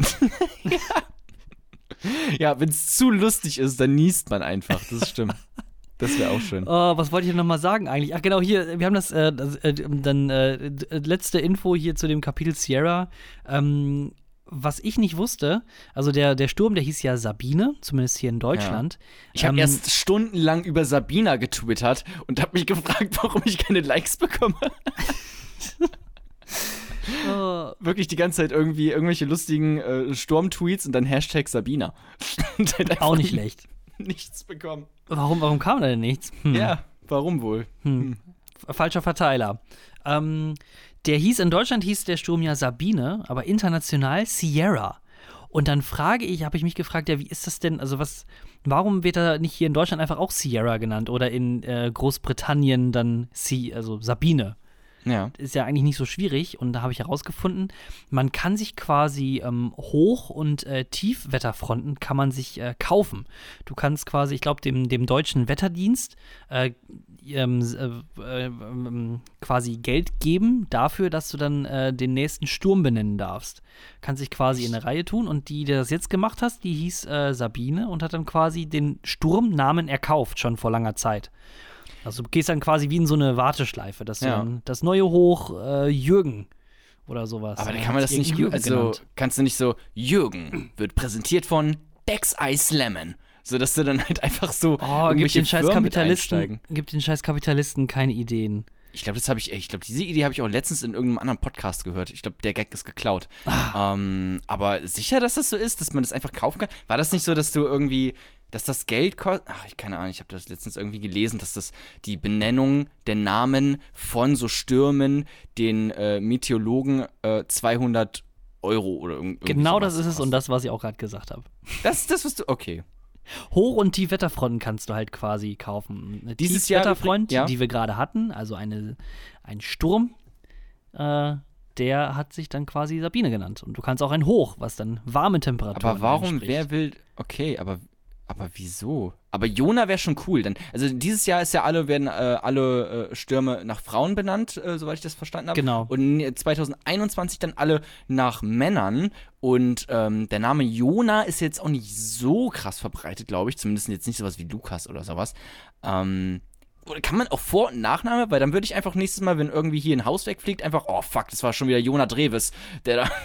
ja, wenn es zu lustig ist, dann niest man einfach. Das stimmt. Das wäre auch schön. Oh, was wollte ich denn noch mal sagen eigentlich? Ach genau, hier, wir haben das, äh, das äh, dann äh, d- letzte Info hier zu dem Kapitel Sierra. Ähm, was ich nicht wusste, also der, der Sturm, der hieß ja Sabine, zumindest hier in Deutschland. Ich habe Ähm, erst stundenlang über Sabina getwittert und habe mich gefragt, warum ich keine Likes bekomme. Oh, wirklich die ganze Zeit irgendwie irgendwelche lustigen äh, Sturmtweets und dann Hashtag Sabina. Und halt Auch nicht schlecht. Nichts bekommen. Warum, warum kam da denn nichts? Hm. Ja, warum wohl? Hm. Falscher Verteiler. Ähm, der hieß, in Deutschland hieß der Sturm ja Sabine, aber international Sierra. Und dann frage ich, habe ich mich gefragt, ja, wie ist das denn, also was, warum wird er nicht hier in Deutschland einfach auch Sierra genannt oder in äh, Großbritannien dann Sie, also Sabine? Ja. Ist ja eigentlich nicht so schwierig und da habe ich herausgefunden, man kann sich quasi ähm, Hoch- und äh, Tiefwetterfronten kann man sich äh, kaufen. Du kannst quasi, ich glaube, dem, dem deutschen Wetterdienst äh, ähm, äh, äh, äh, quasi Geld geben dafür, dass du dann äh, den nächsten Sturm benennen darfst. Kannst dich quasi in eine Reihe tun und die, die das jetzt gemacht hast, die hieß äh, Sabine und hat dann quasi den Sturmnamen erkauft, schon vor langer Zeit. Also du gehst dann quasi wie in so eine Warteschleife, dass du Ja. dann das neue Hoch äh, Jürgen oder sowas. Aber da Dann kann man hat's das nicht, Jürgen also genannt. kannst du nicht so, Jürgen wird präsentiert von Becks Ice Lemon. So, dass du dann halt einfach so Oh, gibt irgendwelche den scheiß Firmen mit Kapitalisten, einsteigen. gibt den scheiß Kapitalisten keine Ideen. Ich glaube, das habe ich, ich glaube, diese Idee habe ich auch letztens in irgendeinem anderen Podcast gehört. Ich glaube, der Gag ist geklaut. Ah. Ähm, aber sicher, dass das so ist, dass man das einfach kaufen kann? War das nicht so, dass du irgendwie, dass das Geld kostet? Ach, ich keine Ahnung, ich habe das letztens irgendwie gelesen, dass das die Benennung der Namen von so Stürmen den äh, Meteorologen äh, zweihundert Euro oder irg irgendwie Genau sowas das ist es und kostet. das, was ich auch gerade gesagt habe. Das ist das, was du, okay. Hoch- und Tiefwetterfronten kannst du halt quasi kaufen. Eine Dieses Jahr Tiefwetterfront, übrig- ja. die wir gerade hatten, also eine, ein Sturm, äh, der hat sich dann quasi Sabine genannt. Und du kannst auch ein Hoch, was dann warme Temperaturen Aber warum, entspricht. wer will, okay, aber, aber wieso? Aber Jona wäre schon cool. Dann, also dieses Jahr ist ja alle, werden äh, alle äh, Stürme nach Frauen benannt, äh, soweit ich das verstanden habe. Genau. Und zwanzig einundzwanzig dann alle nach Männern. Und ähm, der Name Jona ist jetzt auch nicht so krass verbreitet, glaube ich. Zumindest jetzt nicht sowas wie Lukas oder sowas. Ähm, oder kann man auch Vor- und Nachname? Weil dann würde ich einfach nächstes Mal, wenn irgendwie hier ein Haus wegfliegt, einfach, oh fuck, das war schon wieder Jona Dreves, der da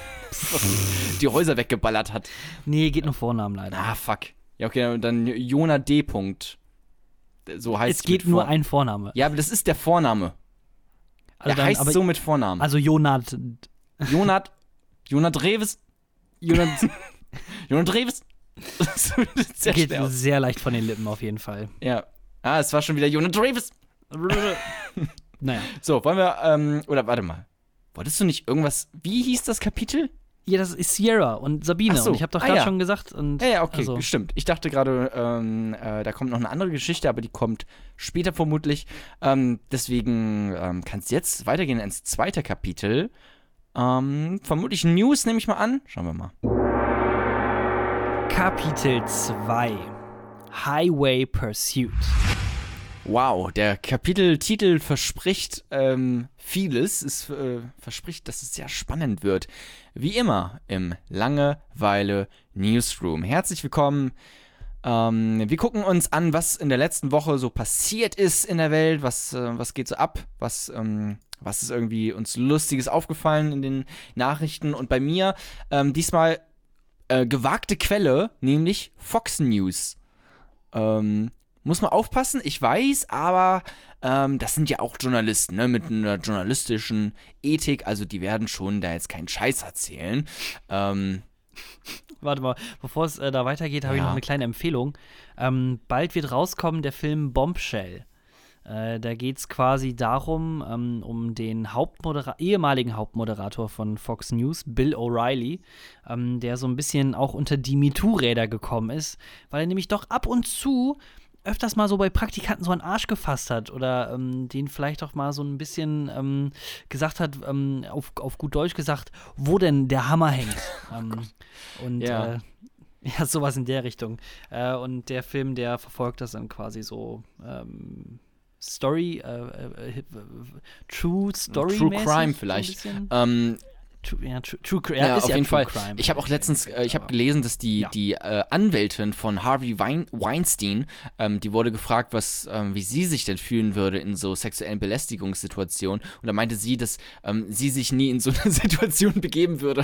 die Häuser weggeballert hat. Nee, geht nur Vornamen leider. Ah, fuck. Ja, okay, dann Jona D. Punkt. So heißt es geht mit nur Vor- ein Vorname. Ja, aber das ist der Vorname. Also er dann, heißt aber, so mit Vornamen. Also Jonat. Jonat. Jonat Dreves. Jonat. Jonat Dreves. Das ist sehr geht schwer aus. sehr leicht von den Lippen auf jeden Fall. Ja. Ah, es war schon wieder Jonat Dreves. Naja. So, wollen wir, ähm, oder warte mal. Wolltest du nicht irgendwas, wie hieß das Kapitel? Ja, das ist Sierra und Sabine. Ach so. Und ich habe doch Ah, gerade ja. schon gesagt. Und Ja, ja, okay, also, stimmt. Ich dachte gerade, ähm, äh, da kommt noch eine andere Geschichte, aber die kommt später vermutlich. Ähm, deswegen ähm, kann es jetzt weitergehen ins zweite Kapitel. Ähm, vermutlich News, nehme ich mal an. Schauen wir mal. Kapitel zwei. Highway Pursuit. Wow, der Kapiteltitel verspricht ähm, vieles. Es äh, verspricht, dass es sehr spannend wird. Wie immer im Langeweile Newsroom. Herzlich willkommen. Ähm, wir gucken uns an, was in der letzten Woche so passiert ist in der Welt. Was, äh, was geht so ab? Was, ähm, was ist irgendwie uns Lustiges aufgefallen in den Nachrichten? Und bei mir ähm, diesmal äh, gewagte Quelle, nämlich Fox News. Ähm, Muss man aufpassen, ich weiß, aber ähm, das sind ja auch Journalisten, ne, mit einer journalistischen Ethik, also die werden schon da jetzt keinen Scheiß erzählen. Ähm, Warte mal, bevor es äh, da weitergeht, habe ich Ja. noch eine kleine Empfehlung. Ähm, bald wird rauskommen der Film Bombshell. Äh, da geht es quasi darum, ähm, um den Hauptmodera- ehemaligen Hauptmoderator von Fox News, Bill O'Reilly, ähm, der so ein bisschen auch unter die MeToo-Räder gekommen ist, weil er nämlich doch ab und zu öfters mal so bei Praktikanten so einen Arsch gefasst hat oder ähm, denen vielleicht auch mal so ein bisschen ähm, gesagt hat, ähm, auf, auf gut Deutsch gesagt, wo denn der Hammer hängt. ähm, und Ja. äh, ja, sowas in der Richtung. Äh, und der Film, der verfolgt das dann quasi so ähm, Story, äh, äh, äh, True Story. True Crime vielleicht. So ein bisschen. ähm, True, ja, True, True Crime. Ja, ist auf ja jeden True Fall. Crime. Ich habe auch letztens, äh, ich habe Aber- gelesen, dass die, Ja. die äh, Anwältin von Harvey Wein Weinstein, ähm, die wurde gefragt, was, ähm, wie sie sich denn fühlen würde in so sexuellen Belästigungssituationen. Und da meinte sie, dass ähm, sie sich nie in so eine Situation begeben würde.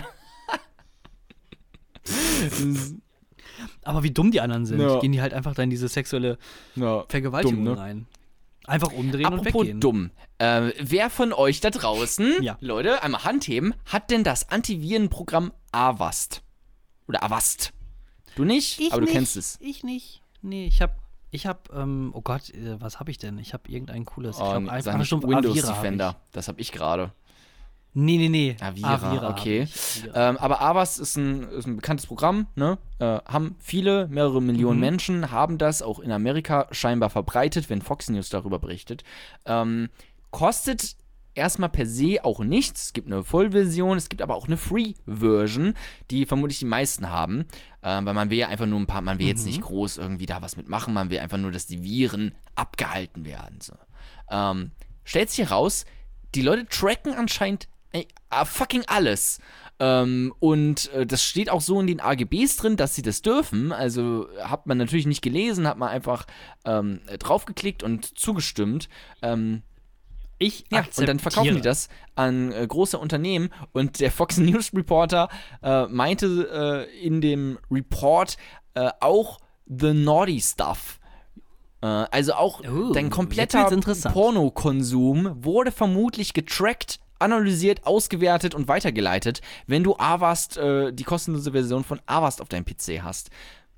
Aber wie dumm die anderen sind. Ja. Gehen die halt einfach da in diese sexuelle Ja, Vergewaltigung dumm, ne? rein. Einfach umdrehen und Apropos weggehen. dumm. Äh, wer von euch da draußen, Ja. Leute, einmal Hand heben, hat denn das Antivirenprogramm Avast? Oder Avast? Du nicht? Ich Aber du nicht, kennst es. Ich nicht. Nee, ich hab, ich hab, ähm, oh Gott, äh, was hab ich denn? Ich hab irgendein cooles, ich Oh, glaub, nee, einfach sag nicht stumpf Windows Avira hab Defender. Das hab ich gerade. ich. Nee, nee, nee. Avira, Avira okay. hab ich. Avira. Ähm, aber Avast ist ein, ist ein bekanntes Programm, ne? Äh, haben viele, mehrere Millionen Mhm. Menschen, haben das auch in Amerika scheinbar verbreitet, wenn Fox News darüber berichtet. Ähm, kostet erstmal per se auch nichts. Es gibt eine Vollversion, es gibt aber auch eine Free-Version, die vermutlich die meisten haben. Ähm, weil man will ja einfach nur ein paar, man will jetzt Mhm. nicht groß irgendwie da was mitmachen, man will einfach nur, dass die Viren abgehalten werden. So. Ähm, stellt sich heraus, die Leute tracken anscheinend ey, ah, fucking alles. Ähm, und äh, das steht auch so in den A G Bs drin, dass sie das dürfen. Also hat man natürlich nicht gelesen, hat man einfach ähm, draufgeklickt und zugestimmt. Ähm, Ich ja, akzeptiere. und dann verkaufen die das an äh, große Unternehmen. Und der Fox News Reporter äh, meinte äh, in dem Report äh, auch the naughty stuff. Äh, also auch Oh, dein jetzt kompletter wird's interessant. Pornokonsum wurde vermutlich getrackt, analysiert, ausgewertet und weitergeleitet, wenn du Avast, äh, die kostenlose Version von Avast auf deinem P C hast.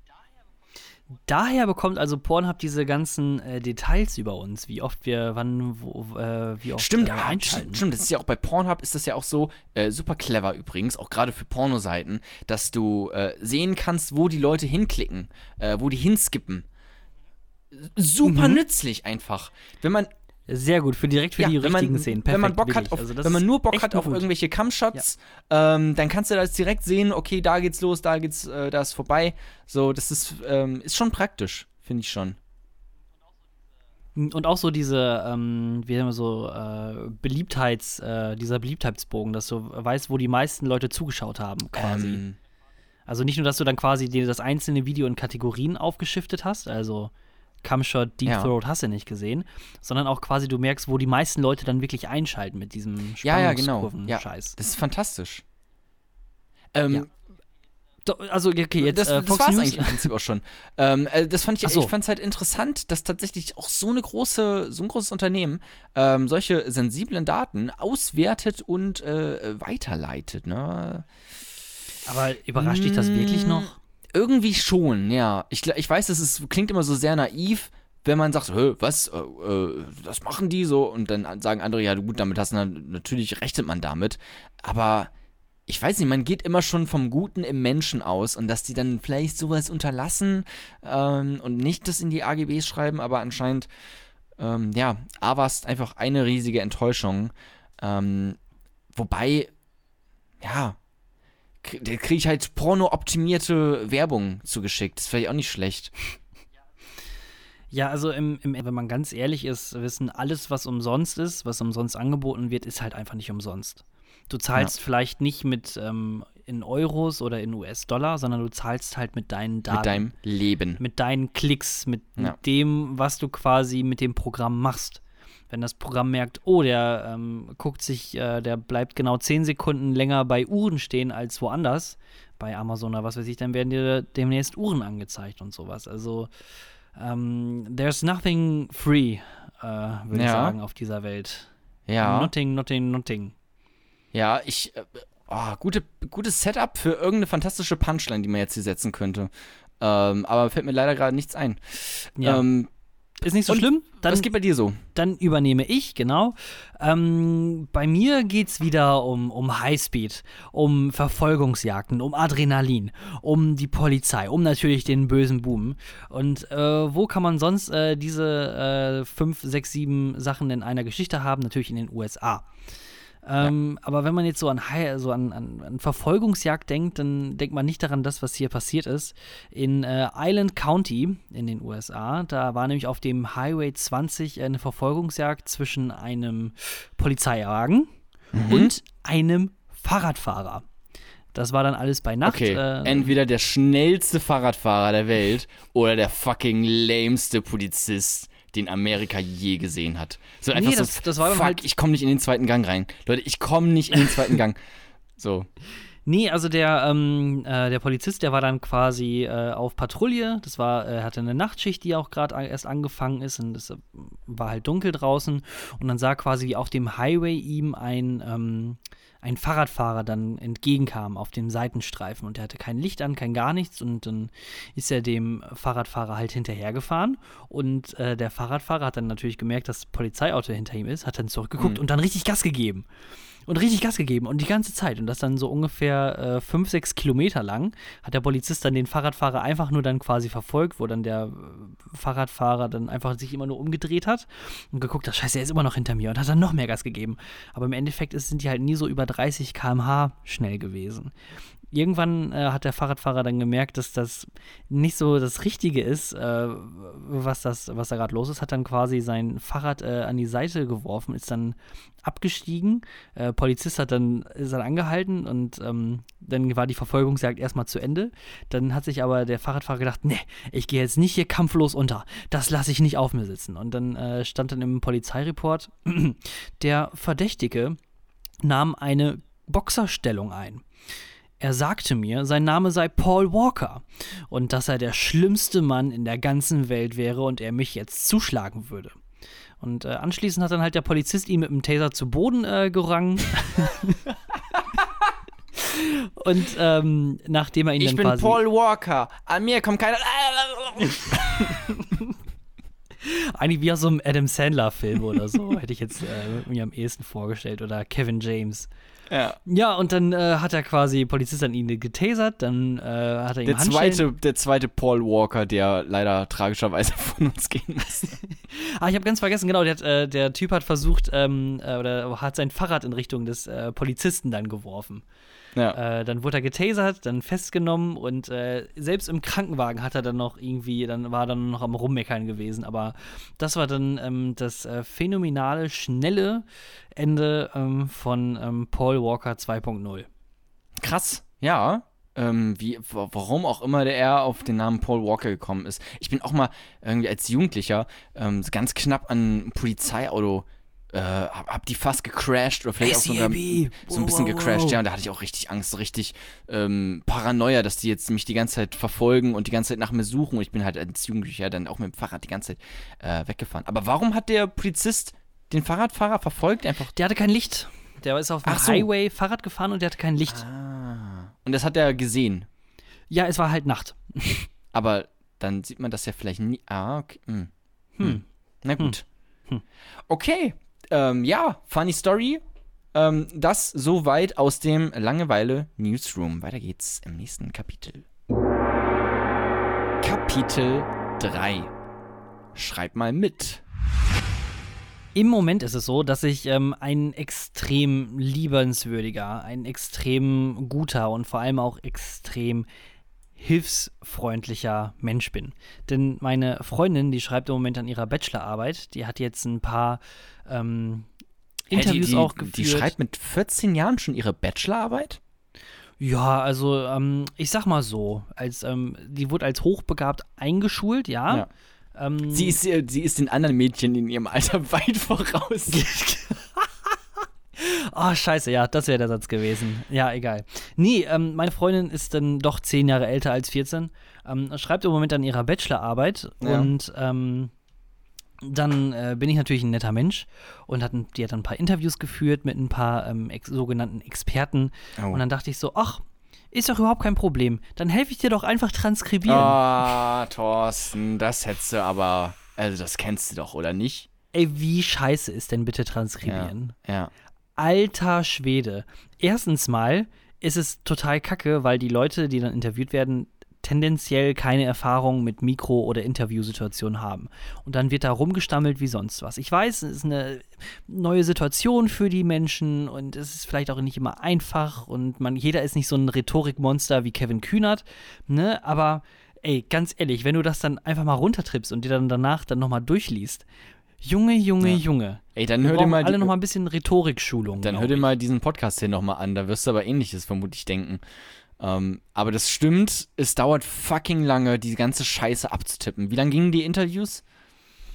Daher bekommt also Pornhub diese ganzen äh, Details über uns, wie oft wir, wann, wo, äh, wie oft Stimmt, äh, ah, einschalten. stimmt, das ist ja auch bei Pornhub ist das ja auch so äh, super clever übrigens, auch gerade für Pornoseiten, dass du äh, sehen kannst, wo die Leute hinklicken, äh, wo die hinskippen. Super Mhm. nützlich einfach. Wenn man Sehr gut, für direkt für ja, die wenn richtigen man, Szenen. wenn man Perfekt, Bock hat wirklich. auf, Also das wenn man nur Bock ist hat echt auf gut. irgendwelche Cumshots, ähm, dann kannst du das direkt sehen, okay, da geht's los, da geht's, äh, da ist vorbei. So, das ist, ähm, ist schon praktisch, finde ich schon. Und auch so diese, ähm, wie haben wir so, äh, Beliebtheits, äh, dieser Beliebtheitsbogen, dass du weißt, wo die meisten Leute zugeschaut haben, quasi. Ähm, Also nicht nur, dass du dann quasi dir das einzelne Video in Kategorien aufgeschiftet hast, also Cumshot, Deep Ja. Throat hast du nicht gesehen, sondern auch quasi du merkst, wo die meisten Leute dann wirklich einschalten mit diesem ja, ja, genau. Ja, Spannungskurven-Scheiß. das ist fantastisch. Ähm, Ja. Do- Also, okay, jetzt das, äh, das Fox war's News. eigentlich im Prinzip auch schon. Ähm, äh, das fand ich, Ach so. ich fand's halt interessant, dass tatsächlich auch so eine große, so ein großes Unternehmen ähm, solche sensiblen Daten auswertet und äh, weiterleitet, ne? Aber überrascht dich das wirklich Mm, noch? Irgendwie schon, ja. Ich, gl- ich weiß, das ist, klingt immer so sehr naiv, wenn man sagt, Hö, was, äh, äh, das machen die so und dann sagen andere, ja gut, damit hast du dann, natürlich rechnet man damit, aber ich weiß nicht, man geht immer schon vom Guten im Menschen aus und dass die dann vielleicht sowas unterlassen ähm, und nicht das in die A G Bs schreiben, aber anscheinend, ähm, ja, Avast einfach eine riesige Enttäuschung. Ähm, wobei, ja, krie- da kriege ich halt porno-optimierte Werbung zugeschickt. Das ist vielleicht auch nicht schlecht. Ja, also im, im, wenn man ganz ehrlich ist, wissen, alles, was umsonst ist, was umsonst angeboten wird, ist halt einfach nicht umsonst. Du zahlst vielleicht nicht mit ähm, in Euros oder in U S-Dollar, sondern du zahlst halt mit deinen Daten. Mit deinem Leben. Mit deinen Klicks, mit, Ja. mit dem, was du quasi mit dem Programm machst. Wenn das Programm merkt, oh, der ähm, guckt sich, äh, der bleibt genau zehn Sekunden länger bei Uhren stehen als woanders, bei Amazon oder was weiß ich, dann werden dir demnächst Uhren angezeigt und sowas. Also, ähm, there's nothing free, äh, würde ich Ja. sagen, auf dieser Welt. Ja. Nothing, nothing, nothing. Ja, ich. Äh, oh, gute, gutes Setup für irgendeine fantastische Punchline, die man jetzt hier setzen könnte. Ähm, aber fällt mir leider gerade nichts ein. Ja. Ähm, Ist nicht so und schlimm. Dann, was geht bei dir so? dann übernehme ich, genau. Ähm, bei mir geht es wieder um, um Highspeed, um Verfolgungsjagden, um Adrenalin, um die Polizei, um natürlich den bösen Buben. Und äh, wo kann man sonst äh, diese äh, fünf, sechs, sieben Sachen in einer Geschichte haben? Natürlich in den U S A. Ähm, aber wenn man jetzt so an, Hi- so an, an, an Verfolgungsjagd denkt, dann denkt man nicht daran, das, was hier passiert ist. In äh, Island County in den U S A, da war nämlich auf dem Highway zwanzig eine Verfolgungsjagd zwischen einem Polizeiwagen Mhm. und einem Fahrradfahrer. Das war dann alles bei Nacht. Okay, äh, entweder der schnellste Fahrradfahrer der Welt oder der fucking lameste Polizist, den Amerika je gesehen hat. So einfach das- so, das war dann fuck, halt- ich komme nicht in den zweiten Gang rein. Leute, ich komme nicht in den zweiten Gang. So. Nee, also der, ähm, äh, der Polizist, der war dann quasi äh, auf Patrouille. Das war, er hatte eine Nachtschicht, die auch gerade erst angefangen ist und es äh, war halt dunkel draußen. Und dann sah quasi, wie auf dem Highway ihm ein, ähm, ein Fahrradfahrer dann entgegenkam auf dem Seitenstreifen. Und der hatte kein Licht an, kein gar nichts. Und dann ist er dem Fahrradfahrer halt hinterhergefahren. Und äh, der Fahrradfahrer hat dann natürlich gemerkt, dass das Polizeiauto hinter ihm ist, hat dann zurückgeguckt Mhm. und dann richtig Gas gegeben. Und richtig Gas gegeben und die ganze Zeit. Und das dann so ungefähr äh, fünf, sechs Kilometer lang hat der Polizist dann den Fahrradfahrer einfach nur dann quasi verfolgt, wo dann der äh, Fahrradfahrer dann einfach sich immer nur umgedreht hat und geguckt hat, scheiße, er ist immer noch hinter mir und hat dann noch mehr Gas gegeben. Aber im Endeffekt ist, sind die halt nie so über dreißig Kilometer pro Stunde schnell gewesen. Irgendwann äh, hat der Fahrradfahrer dann gemerkt, dass das nicht so das Richtige ist, äh, was, das, was da gerade los ist, hat dann quasi sein Fahrrad äh, an die Seite geworfen, ist dann abgestiegen. Äh, Polizist hat dann, ist dann angehalten und ähm, dann war die Verfolgungsjagd erstmal zu Ende. Dann hat sich aber der Fahrradfahrer gedacht, nee, ich gehe jetzt nicht hier kampflos unter. Das lasse ich nicht auf mir sitzen. Und dann äh, stand dann im Polizeireport, der Verdächtige nahm eine Boxerstellung ein. Er sagte mir, sein Name sei Paul Walker und dass er der schlimmste Mann in der ganzen Welt wäre und er mich jetzt zuschlagen würde. Und äh, anschließend hat dann halt der Polizist ihn mit dem Taser zu Boden äh, gerangen. Und ähm, nachdem er ihn Ich dann bin quasi... Paul Walker. An mir kommt keiner. Eigentlich wie aus so einem Adam Sandler-Film oder so, hätte ich jetzt äh, mir am ehesten vorgestellt. Oder Kevin James. Ja. Ja, und dann äh, hat er quasi, Polizist an ihn getasert, dann äh, hat er ihm Der Handschellen... zweite, der zweite Paul Walker, der leider tragischerweise von uns gehen musste. Ah, ich habe ganz vergessen, genau, der, hat, äh, der Typ hat versucht, ähm, äh, oder hat sein Fahrrad in Richtung des äh, Polizisten dann geworfen. Ja. Äh, dann wurde er getasert, dann festgenommen und äh, selbst im Krankenwagen hat er dann noch irgendwie, dann war er dann noch am Rummeckern gewesen. Aber das war dann ähm, das äh, phänomenale, schnelle Ende ähm, von ähm, Paul Walker zwei Punkt null. Krass, ja. Ähm, wie, w- warum auch immer der er auf den Namen Paul Walker gekommen ist. Ich bin auch mal irgendwie als Jugendlicher ähm, so ganz knapp an ein Polizeiauto äh, hab, hab die fast gecrashed oder vielleicht auch so, A C A B. so ein bisschen Wow, wow, gecrashed, wow. ja, und da hatte ich auch richtig Angst, so richtig ähm, Paranoia, dass die jetzt mich die ganze Zeit verfolgen und die ganze Zeit nach mir suchen und ich bin halt als Jugendlicher dann auch mit dem Fahrrad die ganze Zeit äh, weggefahren. Aber warum hat der Polizist den Fahrradfahrer verfolgt? Einfach. Der hatte kein Licht. Der ist auf dem Ach so. Highway Fahrrad gefahren und der hatte kein Licht. Ah. Und das hat er gesehen. Ja, es war halt Nacht. Aber dann sieht man das ja vielleicht nie. Ah, okay. Hm. Hm. Na gut. Hm. Okay. Ähm, ja, funny Story. Ähm, das soweit aus dem Langeweile Newsroom. Weiter geht's im nächsten Kapitel. Kapitel drei. Schreib mal mit. Im Moment ist es so, dass ich ähm, ein extrem liebenswürdiger, ein extrem guter und vor allem auch extrem hilfsfreundlicher Mensch bin. Denn meine Freundin, die schreibt im Moment an ihrer Bachelorarbeit, die hat jetzt ein paar ähm, Interviews Hä, die, die, auch geführt. Die schreibt mit vierzehn Jahren schon ihre Bachelorarbeit? Ja, also ähm, ich sag mal so, als, ähm, die wurde als hochbegabt eingeschult, ja. Ja. Ähm, Sie ist, äh, sie ist den anderen Mädchen in ihrem Alter weit voraus. Oh, scheiße, ja, das wäre der Satz gewesen. Ja, egal. Nee, ähm, meine Freundin ist dann doch zehn Jahre älter als vierzehn, ähm, schreibt im Moment an ihrer Bachelorarbeit Ja. und ähm, dann äh, bin ich natürlich ein netter Mensch und hat, die hat dann ein paar Interviews geführt mit ein paar ähm, ex- sogenannten Experten Oh. und dann dachte ich so, ach, ist doch überhaupt kein Problem, dann helfe ich dir doch einfach transkribieren. Ah, Thorsten, das hättest du aber, also das kennst du doch, oder nicht? Ey, wie scheiße ist denn bitte transkribieren? Ja. Alter Schwede. Erstens mal ist es total kacke, weil die Leute, die dann interviewt werden, tendenziell keine Erfahrung mit Mikro- oder Interviewsituationen haben. Und dann wird da rumgestammelt wie sonst was. Ich weiß, es ist eine neue Situation für die Menschen und es ist vielleicht auch nicht immer einfach und man, jeder ist nicht so ein Rhetorikmonster wie Kevin Kühnert, ne? Aber ey, ganz ehrlich, wenn du das dann einfach mal runtertrippst und dir dann danach dann nochmal durchliest, Junge, Junge, Ja. Junge. Ey, dann Wir hör dir brauchen mal alle die, noch mal ein bisschen Rhetorikschulung. dann glaub hör dir ich. mal diesen Podcast hier nochmal an, da wirst du aber Ähnliches vermutlich denken. Ähm, aber das stimmt, es dauert fucking lange, die ganze Scheiße abzutippen. Wie lange gingen die Interviews?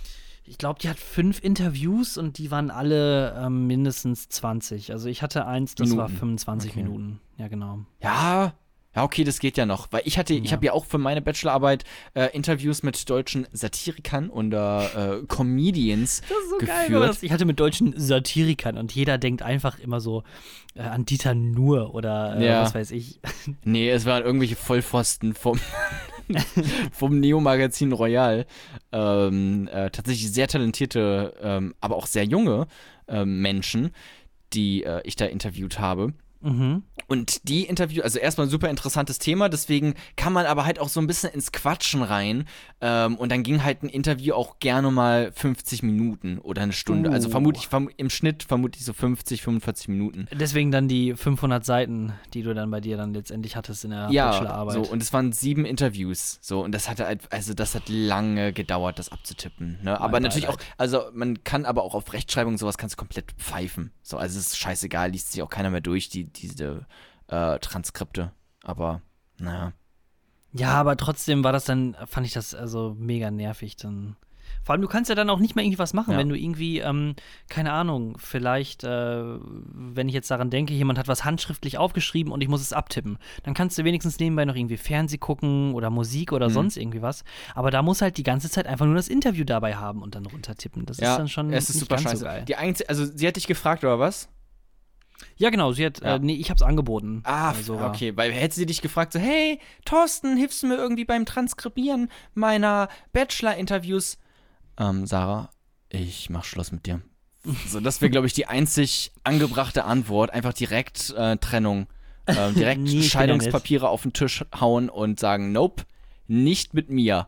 Ich glaube, die hat fünf Interviews und die waren alle ähm, mindestens zwanzig. Also ich hatte eins, das Minuten. war fünfundzwanzig Okay. Minuten. Ja, genau. Ja, ja, okay, das geht ja noch. Weil ich hatte, ich Ja. habe ja auch für meine Bachelorarbeit äh, Interviews mit deutschen Satirikern und äh, Comedians Das ist so geführt. geil. Ich hatte mit deutschen Satirikern und jeder denkt einfach immer so äh, an Dieter Nuhr oder äh, Ja. was weiß ich. Nee, es waren irgendwelche Vollpfosten vom, vom Neo-Magazin Royal. Ähm, äh, tatsächlich sehr talentierte, ähm, aber auch sehr junge ähm, Menschen, die äh, ich da interviewt habe. Mhm. Und die Interview, also erstmal ein super interessantes Thema, deswegen kann man aber halt auch so ein bisschen ins Quatschen rein. Ähm, und dann ging halt ein Interview auch gerne mal fünfzig Minuten oder eine Stunde. Uh. Also vermutlich verm im Schnitt vermutlich so fünfzig, fünfundvierzig Minuten. Deswegen dann die fünfhundert Seiten, die du dann bei dir dann letztendlich hattest in der Ja, Bachelorarbeit. so, und es waren sieben Interviews. So, und das hatte halt, also das hat lange gedauert, das abzutippen. Ne? Aber Mein natürlich auch, Beileid. also man kann aber auch auf Rechtschreibung sowas kannst du komplett pfeifen. So, also es ist scheißegal, liest sich auch keiner mehr durch, die, diese äh, Transkripte. Aber, naja. Ja, aber trotzdem war das dann, fand ich das also mega nervig dann. Vor allem, du kannst ja dann auch nicht mehr irgendwie was machen, Ja. wenn du irgendwie, ähm, keine Ahnung, vielleicht, äh, wenn ich jetzt daran denke, jemand hat was handschriftlich aufgeschrieben und ich muss es abtippen, dann kannst du wenigstens nebenbei noch irgendwie Fernseh gucken oder Musik oder Mhm. sonst irgendwie was. Aber da muss halt die ganze Zeit einfach nur das Interview dabei haben und dann runtertippen. Das Ja, ist dann schon es ist nicht super ganz scheiße. so geil. Die einzige, also sie hat dich gefragt, oder was? Ja, genau, sie hat, Ja. äh, nee, ich hab's angeboten. Ah, äh, sogar. okay, weil hätte sie dich gefragt, so, hey, Thorsten, hilfst du mir irgendwie beim Transkribieren meiner Bachelor-Interviews? Ähm, Sarah, ich mach Schluss mit dir. So, das wäre, glaube ich, die einzig angebrachte Antwort. Einfach direkt äh, Trennung. Ähm, direkt Nee, ich bin ja Scheidungspapiere auf den Tisch hauen und sagen, nope, nicht mit mir.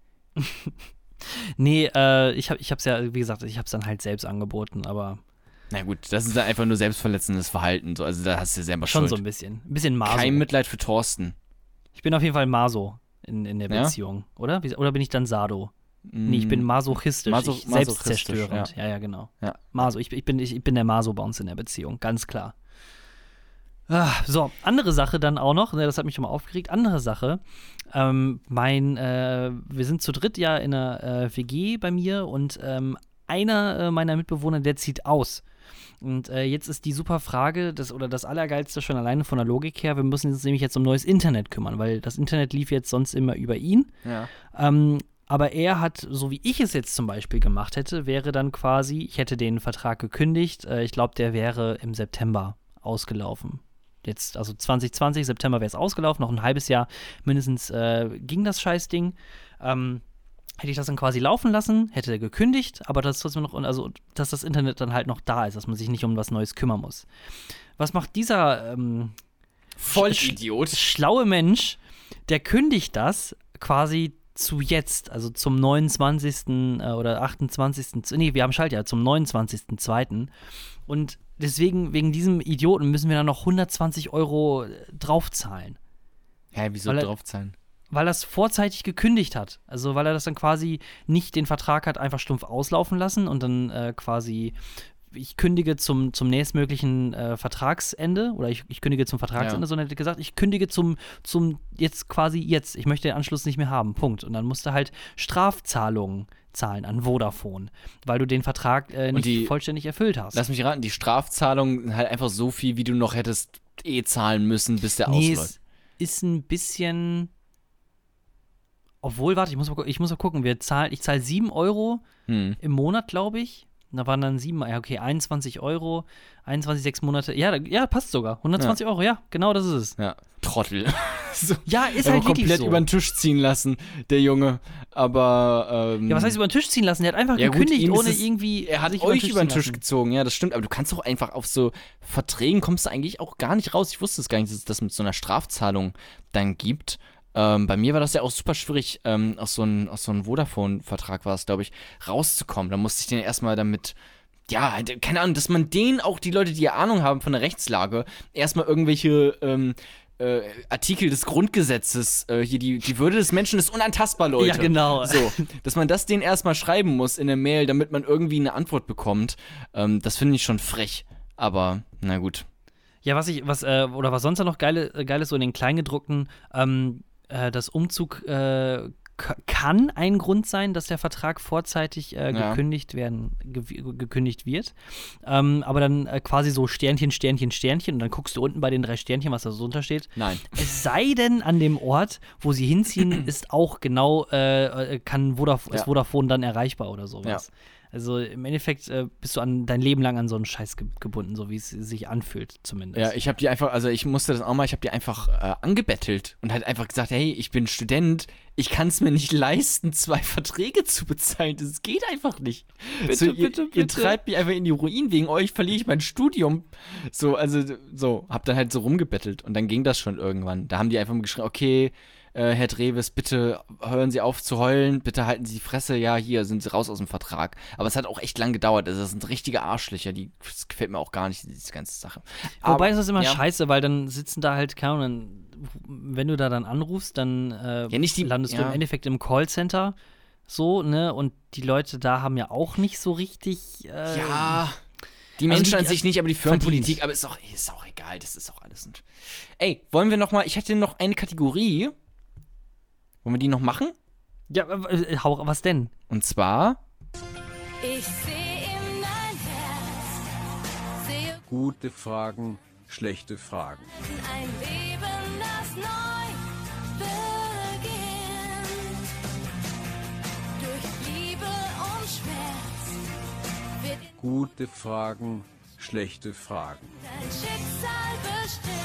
Nee, äh, ich, hab, ich hab's ja, wie gesagt, ich hab's dann halt selbst angeboten, aber Na gut, das ist dann einfach nur selbstverletzendes Verhalten. So. Also da hast du ja selber schon Schuld. so ein bisschen. Ein bisschen Maso. Kein Mitleid für Thorsten. Ich bin auf jeden Fall Maso in, in der Ja? Beziehung, oder? Wie- Oder bin ich dann Sado? Nee, ich bin masochistisch, Maso- ich, masochistisch, selbstzerstörend. Ja. ja, genau. Ja. Maso, ich, ich, bin, ich, ich bin der Maso bei uns in der Beziehung, ganz klar. Ah, so, andere Sache dann auch noch, ne, das hat mich schon mal aufgeregt. Andere Sache, ähm, mein, äh, wir sind zu dritt ja in einer äh, W G bei mir und ähm, einer äh, meiner Mitbewohner, der zieht aus. Und äh, jetzt ist die super Frage, das, oder das Allergeilste schon alleine von der Logik her, wir müssen uns nämlich jetzt um neues Internet kümmern, weil das Internet lief jetzt sonst immer über ihn. Ja. Ähm, aber er hat, so wie ich es jetzt zum Beispiel gemacht hätte, wäre dann quasi, ich hätte den Vertrag gekündigt, äh, ich glaube, der wäre im September ausgelaufen. Jetzt, also zwanzig zwanzig, September wäre es ausgelaufen, noch ein halbes Jahr mindestens äh, ging das Scheißding. Ähm, hätte ich das dann quasi laufen lassen, hätte er gekündigt, aber dass, trotzdem noch, also, dass das Internet dann halt noch da ist, dass man sich nicht um was Neues kümmern muss. Was macht dieser ähm, Vollidiot. schlaue Mensch, der kündigt das quasi zu jetzt, also zum neunundzwanzigsten äh, oder achtundzwanzigsten Nee, wir haben Schaltjahr, zum neunundzwanzigsten zweiten Und deswegen, wegen diesem Idioten, müssen wir dann noch hundertzwanzig Euro draufzahlen. Hä, wieso Weil er- draufzahlen? Weil er es vorzeitig gekündigt hat. Also weil er das dann quasi nicht den Vertrag hat einfach stumpf auslaufen lassen und dann äh, quasi, ich kündige zum, zum nächstmöglichen äh, Vertragsende oder ich, ich kündige zum Vertragsende, Ja. sondern er hat gesagt, ich kündige zum, zum jetzt quasi jetzt. Ich möchte den Anschluss nicht mehr haben. Punkt. Und dann musst du halt Strafzahlungen zahlen an Vodafone, weil du den Vertrag äh, nicht die- vollständig erfüllt hast. Lass mich raten, die Strafzahlungen sind halt einfach so viel, wie du noch hättest eh zahlen müssen, bis der Nee, ausläuft. es ist ein bisschen. Obwohl, warte, ich muss mal, gu- ich muss mal gucken. Wir zahlen, ich zahle sieben Euro Hm. im Monat, glaube ich. Da waren dann sieben, ja, okay, einundzwanzig Euro, einundzwanzig, sechs Monate. Ja, da, ja, passt sogar. hundertzwanzig Euro, ja, genau das ist es. Ja, Trottel. so, Ja, ist einfach halt wirklich komplett so. über den Tisch ziehen lassen, der Junge. Aber, ähm, Ja, was heißt über den Tisch ziehen lassen? Der hat einfach Ja, gut, gekündigt, ihm ist ohne es- irgendwie. er hat sich euch über den Tisch ziehen lassen. gezogen, ja, das stimmt. Aber du kannst doch einfach auf so Verträgen kommst du eigentlich auch gar nicht raus. Ich wusste es gar nicht, dass es das mit so einer Strafzahlung dann gibt. Ähm, bei mir war das ja auch super schwierig, ähm, aus so einem aus so einem Vodafone-Vertrag war es, glaube ich, rauszukommen. Da musste ich den erstmal damit, ja, halt, keine Ahnung, dass man denen auch die Leute, die ja Ahnung haben von der Rechtslage, erstmal irgendwelche ähm, äh, Artikel des Grundgesetzes, äh, hier die, die Würde des Menschen ist unantastbar, Leute. Ja, genau. So, dass man das denen erstmal schreiben muss in der Mail, damit man irgendwie eine Antwort bekommt, ähm, das finde ich schon frech. Aber, na gut. Ja, was ich, was, äh, oder was sonst noch geile, äh, geil ist, so in den Kleingedruckten, ähm, äh, das Umzug, äh, k- kann ein Grund sein, dass der Vertrag vorzeitig äh, Ja. gekündigt werden, ge- gekündigt wird. Ähm, aber dann äh, quasi so Sternchen, Sternchen, Sternchen und dann guckst du unten bei den drei Sternchen, was da so drunter steht. Nein. Es sei denn, an dem Ort, wo sie hinziehen, ist auch genau, äh, äh, kann Vodaf- Ja. ist Vodafone dann erreichbar oder sowas. Ja. Also im Endeffekt äh, bist du an dein Leben lang an so einen Scheiß ge- gebunden, so wie es sich anfühlt zumindest. Ja, ich habe die einfach, also ich musste das auch mal, ich habe die einfach äh, angebettelt und halt einfach gesagt, hey, ich bin Student, ich kann es mir nicht leisten, zwei Verträge zu bezahlen, das geht einfach nicht. Bitte, so, ihr, bitte, ihr bitte. treibt mich einfach in die Ruin, wegen euch verliere ich mein Studium. So, also so, hab dann halt so rumgebettelt und dann ging das schon irgendwann. Da haben die einfach mal geschrieben, okay, äh, Herr Dreves, bitte hören Sie auf zu heulen, bitte halten Sie die Fresse, ja, hier sind Sie raus aus dem Vertrag. Aber es hat auch echt lang gedauert, also das sind richtige Arschlöcher, die, das gefällt mir auch gar nicht, diese ganze Sache. Wobei ist das immer ja. scheiße, weil dann sitzen da halt, keine Ahnung, wenn du da dann anrufst, dann äh, Ja, nicht die- landest du ja. im Endeffekt im Callcenter so, ne? Und die Leute da haben ja auch nicht so richtig. Äh, Ja, die also Menschen die- an sich nicht, aber die Firmenpolitik, aber ist auch, ist auch egal, das ist auch alles. Ein Ey, wollen wir noch mal, ich hätte noch eine Kategorie. Wollen wir die noch machen? Ja, äh, hau, was denn? Und zwar, Ich sehe in dein Herz, sehe Gute Fragen, schlechte Fragen. ein Leben, das neu beginnt. Durch Liebe und Schmerz wird Gute Fragen, schlechte Fragen. dein Schicksal bestimmt.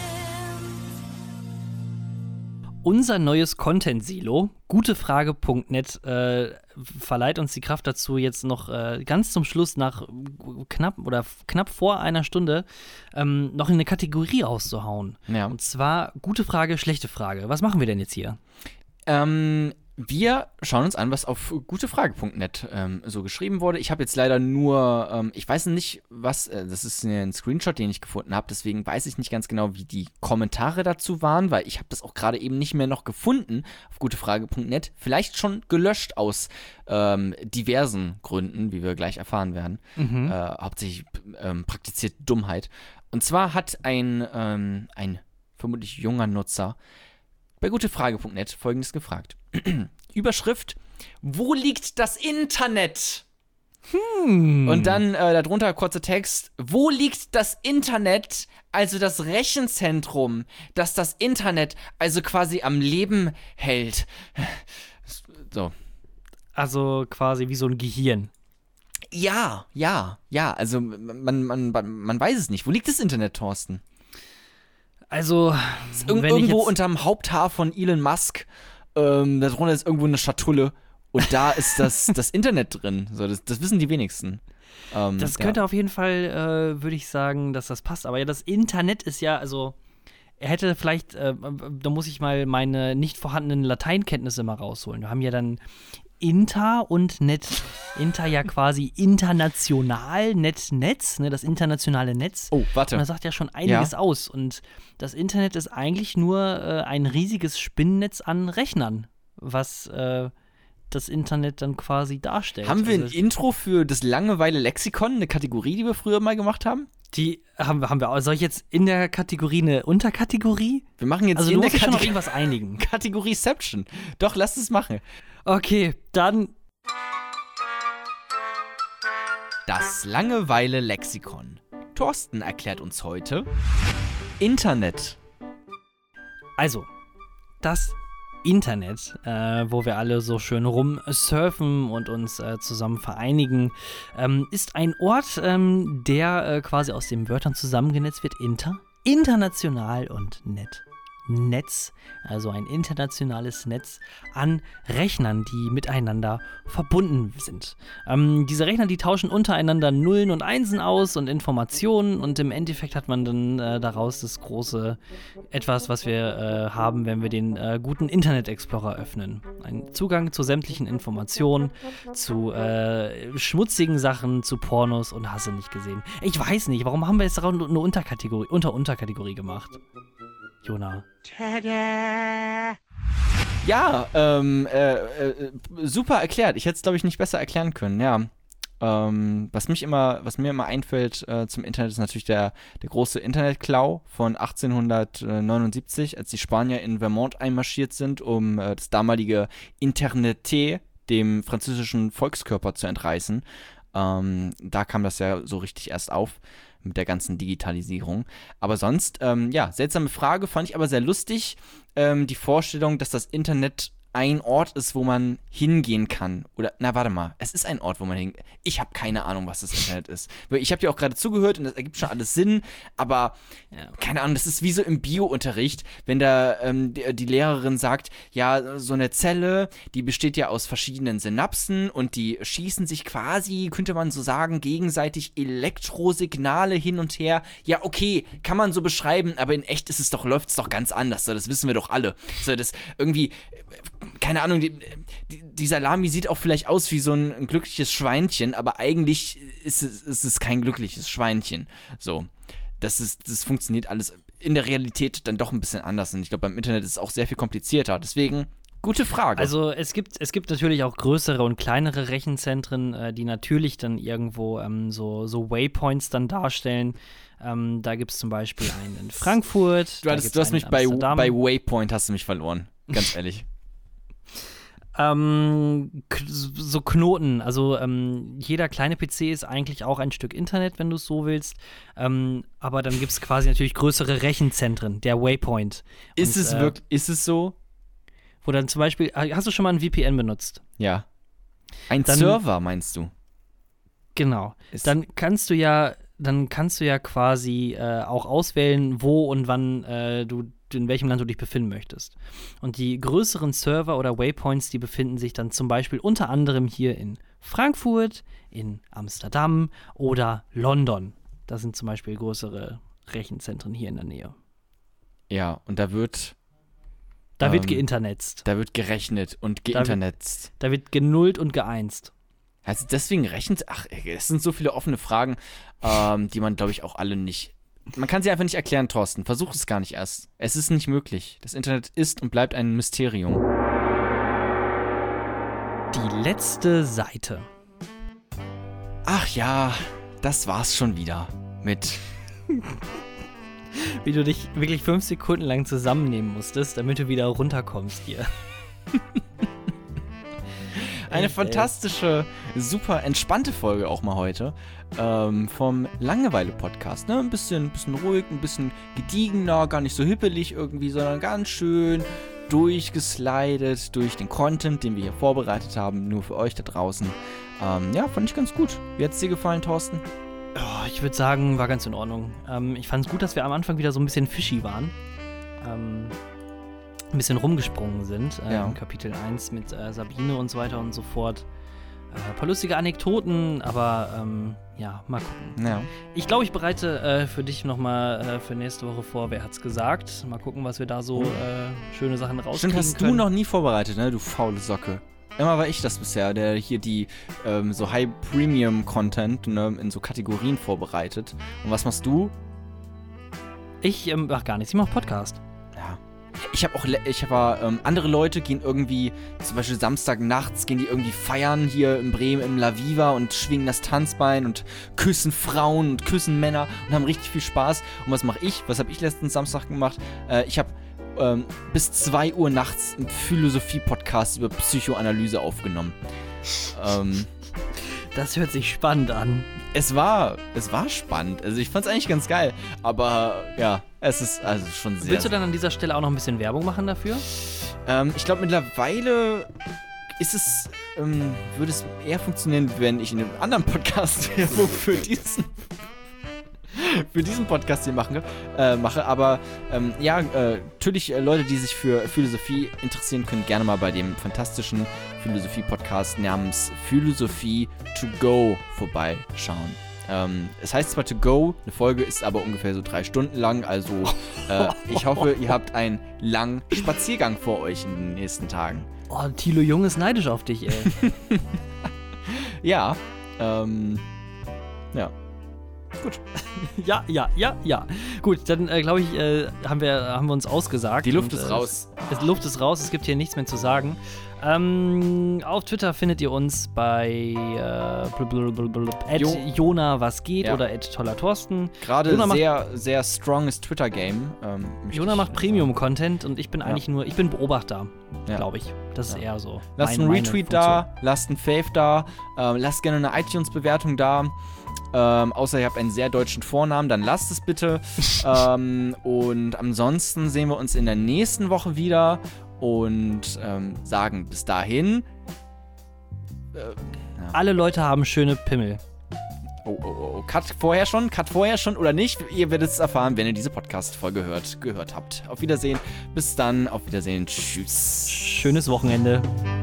Unser neues Content-Silo, gutefrage punkt net, äh, verleiht uns die Kraft dazu, jetzt noch äh, ganz zum Schluss nach knapp oder f- knapp vor einer Stunde ähm, noch eine Kategorie rauszuhauen. ja. Und zwar gute Frage, schlechte Frage. Was machen wir denn jetzt hier? Ähm, wir schauen uns an, was auf gutefrage punkt net ähm, so geschrieben wurde. Ich habe jetzt leider nur, ähm, ich weiß nicht, was, äh, das ist ein Screenshot, den ich gefunden habe, deswegen weiß ich nicht ganz genau, wie die Kommentare dazu waren, weil ich habe das auch gerade eben nicht mehr noch gefunden auf gutefrage punkt net. Vielleicht schon gelöscht aus ähm, diversen Gründen, wie wir gleich erfahren werden. Mhm. Äh, hauptsächlich ähm, praktiziert Dummheit. Und zwar hat ein, ähm, ein vermutlich junger Nutzer bei gutefrage punkt net Folgendes gefragt. Überschrift: Wo liegt das Internet? Hm. Und dann äh, darunter kurzer Text: Wo liegt das Internet, also das Rechenzentrum, das das Internet also quasi am Leben hält? So. Also quasi wie so ein Gehirn. Ja, ja, ja, also man, man, man, man weiß es nicht. Wo liegt das Internet, Thorsten? Also, Irg wenn ich irgendwo jetzt, unterm Haupthaar von Elon Musk. Ähm, darunter ist irgendwo eine Schatulle. Und da ist das, das Internet drin. So, das, das wissen die wenigsten. Ähm, das ja. könnte auf jeden Fall, äh, würde ich sagen, dass das passt. Aber ja, das Internet ist ja, also, er hätte vielleicht, äh, da muss ich mal meine nicht vorhandenen Lateinkenntnisse mal rausholen. Wir haben ja dann Inter und Net. Inter ja quasi international, Net, Netz, ne, das internationale Netz. Oh, Und warte. das sagt ja schon einiges Ja. aus. Und das Internet ist eigentlich nur äh, ein riesiges Spinnennetz an Rechnern, was äh, das Internet dann quasi darstellt. Haben wir ein Also, Intro für das Langeweile-Lexikon, eine Kategorie, die wir früher mal gemacht haben? die haben, wir- haben wir auch. Soll ich jetzt in der Kategorie eine Unterkategorie? Wir machen jetzt Also in du der musst dich schon auf Kategor- irgendwas einigen. Kategorieception. Doch, lass es machen. Okay, dann Das Langeweile-Lexikon. Thorsten erklärt uns heute Internet. Also, das Internet, äh, wo wir alle so schön rumsurfen und uns äh, zusammen vereinigen, ähm, ist ein Ort, ähm, der äh, quasi aus den Wörtern zusammengenetzt wird. Inter, international und net. Netz, also ein internationales Netz an Rechnern, die miteinander verbunden sind. Ähm, diese Rechner, die tauschen untereinander Nullen und Einsen aus und Informationen und im Endeffekt hat man dann äh, daraus das große etwas, was wir äh, haben, wenn wir den äh, guten Internet Explorer öffnen. Ein Zugang zu sämtlichen Informationen, zu äh, schmutzigen Sachen, zu Pornos und hast du nicht gesehen. Ich weiß nicht, warum haben wir jetzt eine Unterkategorie, Unter-Unterkategorie gemacht? Jona. Ja, ähm, äh, äh, super erklärt. Ich hätte es, glaube ich, nicht besser erklären können, ja. Ähm, was mich immer, was mir immer einfällt äh, zum Internet, ist natürlich der, der große Internetklau von achtzehnhundertneunundsiebzig, als die Spanier in Vermont einmarschiert sind, um äh, das damalige Internet dem französischen Volkskörper zu entreißen. Ähm, da kam das ja so richtig erst auf mit der ganzen Digitalisierung. Aber sonst, ähm, ja, seltsame Frage, fand ich aber sehr lustig. Ähm, die Vorstellung, dass das Internet ein Ort ist, wo man hingehen kann. Oder, na, warte mal, es ist ein Ort, wo man hingehen kann. Ich habe keine Ahnung, was das Internet ist. Weil ich habe dir auch gerade zugehört und das ergibt schon alles Sinn, aber Ja. keine Ahnung, das ist wie so im Bio-Unterricht, wenn da ähm, die, die Lehrerin sagt, ja, so eine Zelle, die besteht ja aus verschiedenen Synapsen und die schießen sich quasi, könnte man so sagen, gegenseitig Elektrosignale hin und her. Ja, okay, kann man so beschreiben, aber in echt ist es doch, läuft es doch ganz anders. So, das wissen wir doch alle. So, das irgendwie, keine Ahnung, die, die, die Salami sieht auch vielleicht aus wie so ein, ein glückliches Schweinchen, aber eigentlich ist es, ist es kein glückliches Schweinchen. So, das ist, das funktioniert alles in der Realität dann doch ein bisschen anders. Und ich glaube, beim Internet ist es auch sehr viel komplizierter. Deswegen, gute Frage. Also es gibt, es gibt natürlich auch größere und kleinere Rechenzentren, äh, die natürlich dann irgendwo ähm, so, so Waypoints dann darstellen. Ähm, da gibt es zum Beispiel einen in Frankfurt. du, hattest, du hast mich bei, bei Waypoint hast du mich verloren, ganz ehrlich. Ähm, k- so Knoten, also ähm, jeder kleine P C ist eigentlich auch ein Stück Internet, wenn du es so willst. Ähm, aber dann gibt es quasi natürlich größere Rechenzentren, der Waypoint. Ist Und, es äh, wirklich, ist es so? Wo dann zum Beispiel, hast du schon mal ein V P N benutzt? Ja. Ein Dann- Server, meinst du? Genau. Ist- Dann kannst du ja, dann kannst du ja quasi äh, auch auswählen, wo und wann äh, du in welchem Land du dich befinden möchtest. Und die größeren Server oder Waypoints, die befinden sich dann zum Beispiel unter anderem hier in Frankfurt, in Amsterdam oder London. Das sind zum Beispiel größere Rechenzentren hier in der Nähe. Ja, und da wird, Da wird Ähm, geinternetzt. da wird gerechnet und wird- geinternetzt. Da wird genullt und geeinst. Also deswegen rechnet, ach, es sind so viele offene Fragen, ähm, die man, glaube ich, auch alle nicht, man kann sie einfach nicht erklären, Thorsten. Versuch es gar nicht erst. Es ist nicht möglich. Das Internet ist und bleibt ein Mysterium. Die letzte Seite. Ach ja, das war's schon wieder mit, Wie du dich wirklich fünf Sekunden lang zusammennehmen musstest, damit du wieder runterkommst hier. eine Echt, ey. fantastische, super entspannte Folge auch mal heute ähm, vom Langeweile-Podcast. Ne? Ein bisschen, bisschen ruhig, ein bisschen gediegener, gar nicht so hippelig irgendwie, sondern ganz schön durchgeslidet durch den Content, den wir hier vorbereitet haben, nur für euch da draußen. Ähm, ja, fand ich ganz gut. Wie hat's dir gefallen, Thorsten? Oh, ich würde sagen, war ganz in Ordnung. Ähm, ich fand es gut, dass wir am Anfang wieder so ein bisschen fishy waren. Ähm, ein bisschen rumgesprungen sind äh, Ja. in Kapitel eins mit äh, Sabine und so weiter und so fort. Äh, ein paar lustige Anekdoten, aber ähm, ja, mal gucken. Ja. Ich glaube, ich bereite äh, für dich nochmal äh, für nächste Woche vor, wer hat's gesagt. Mal gucken, was wir da so äh, schöne Sachen rauskriegen Stimmt, hast können. du noch nie vorbereitet, ne, du faule Socke. Immer war ich das bisher, der hier die ähm, so High-Premium-Content ne, in so Kategorien vorbereitet. Und was machst du? Ich ähm, mach gar nichts, ich mach Podcast. Ja. Ich habe auch, le- ich war, ähm, andere Leute gehen irgendwie, zum Beispiel Samstagnachts, gehen die irgendwie feiern hier in Bremen im La Viva und schwingen das Tanzbein und küssen Frauen und küssen Männer und haben richtig viel Spaß. Und was mache ich? Was habe ich letzten Samstag gemacht? Äh, ich habe ähm, bis zwei Uhr nachts einen Philosophie-Podcast über Psychoanalyse aufgenommen. ähm, Das hört sich spannend an. es war, es war spannend. Also ich fand es eigentlich ganz geil. Aber ja, es ist also schon sehr. Willst du dann an dieser Stelle auch noch ein bisschen Werbung machen dafür? Ähm, ich glaube, mittlerweile ist es, ähm, würde es eher funktionieren, wenn ich in einem anderen Podcast Werbung für diesen, für diesen Podcast hier machen, äh, mache. Aber ähm, ja, äh, natürlich äh, Leute, die sich für Philosophie interessieren, können gerne mal bei dem fantastischen Philosophie-Podcast namens Philosophie to go vorbeischauen. Ähm, es heißt zwar to go, eine Folge ist aber ungefähr so drei Stunden lang, also äh, ich hoffe, ihr habt einen langen Spaziergang vor euch in den nächsten Tagen. Oh, Thilo Jung ist neidisch auf dich, ey. Ja, ähm, ja. Gut. Ja, ja, ja, ja. Gut, dann äh, glaube ich, äh, haben, wir, haben wir uns ausgesagt. Die Luft und, ist äh, raus. Es, Luft ist raus, es gibt hier nichts mehr zu sagen. Ähm, auf Twitter findet ihr uns bei äh, blablabla, at Jo. Jona was geht Ja. oder at toller Thorsten. Gerade Jona macht- sehr, sehr stronges Twitter-Game. Ähm, möchte Jona ich macht sagen. Premium-Content und ich bin eigentlich nur, ich bin Beobachter, Ja. glaube ich. Das ist Ja. eher so. Lasst mein- einen meine Retweet Funktion. da, lasst einen Fave da, ähm, lasst gerne eine iTunes-Bewertung da. Ähm, außer ihr habt einen sehr deutschen Vornamen, dann lasst es bitte. ähm, und ansonsten sehen wir uns in der nächsten Woche wieder und ähm, sagen bis dahin. Äh, Alle Leute haben schöne Pimmel. oh, oh, oh, oh. Cut vorher schon? Cut vorher schon oder nicht? Ihr werdet es erfahren, wenn ihr diese Podcast-Folge gehört, gehört habt. Auf Wiedersehen. Bis dann. Auf Wiedersehen. Tschüss. Schönes Wochenende.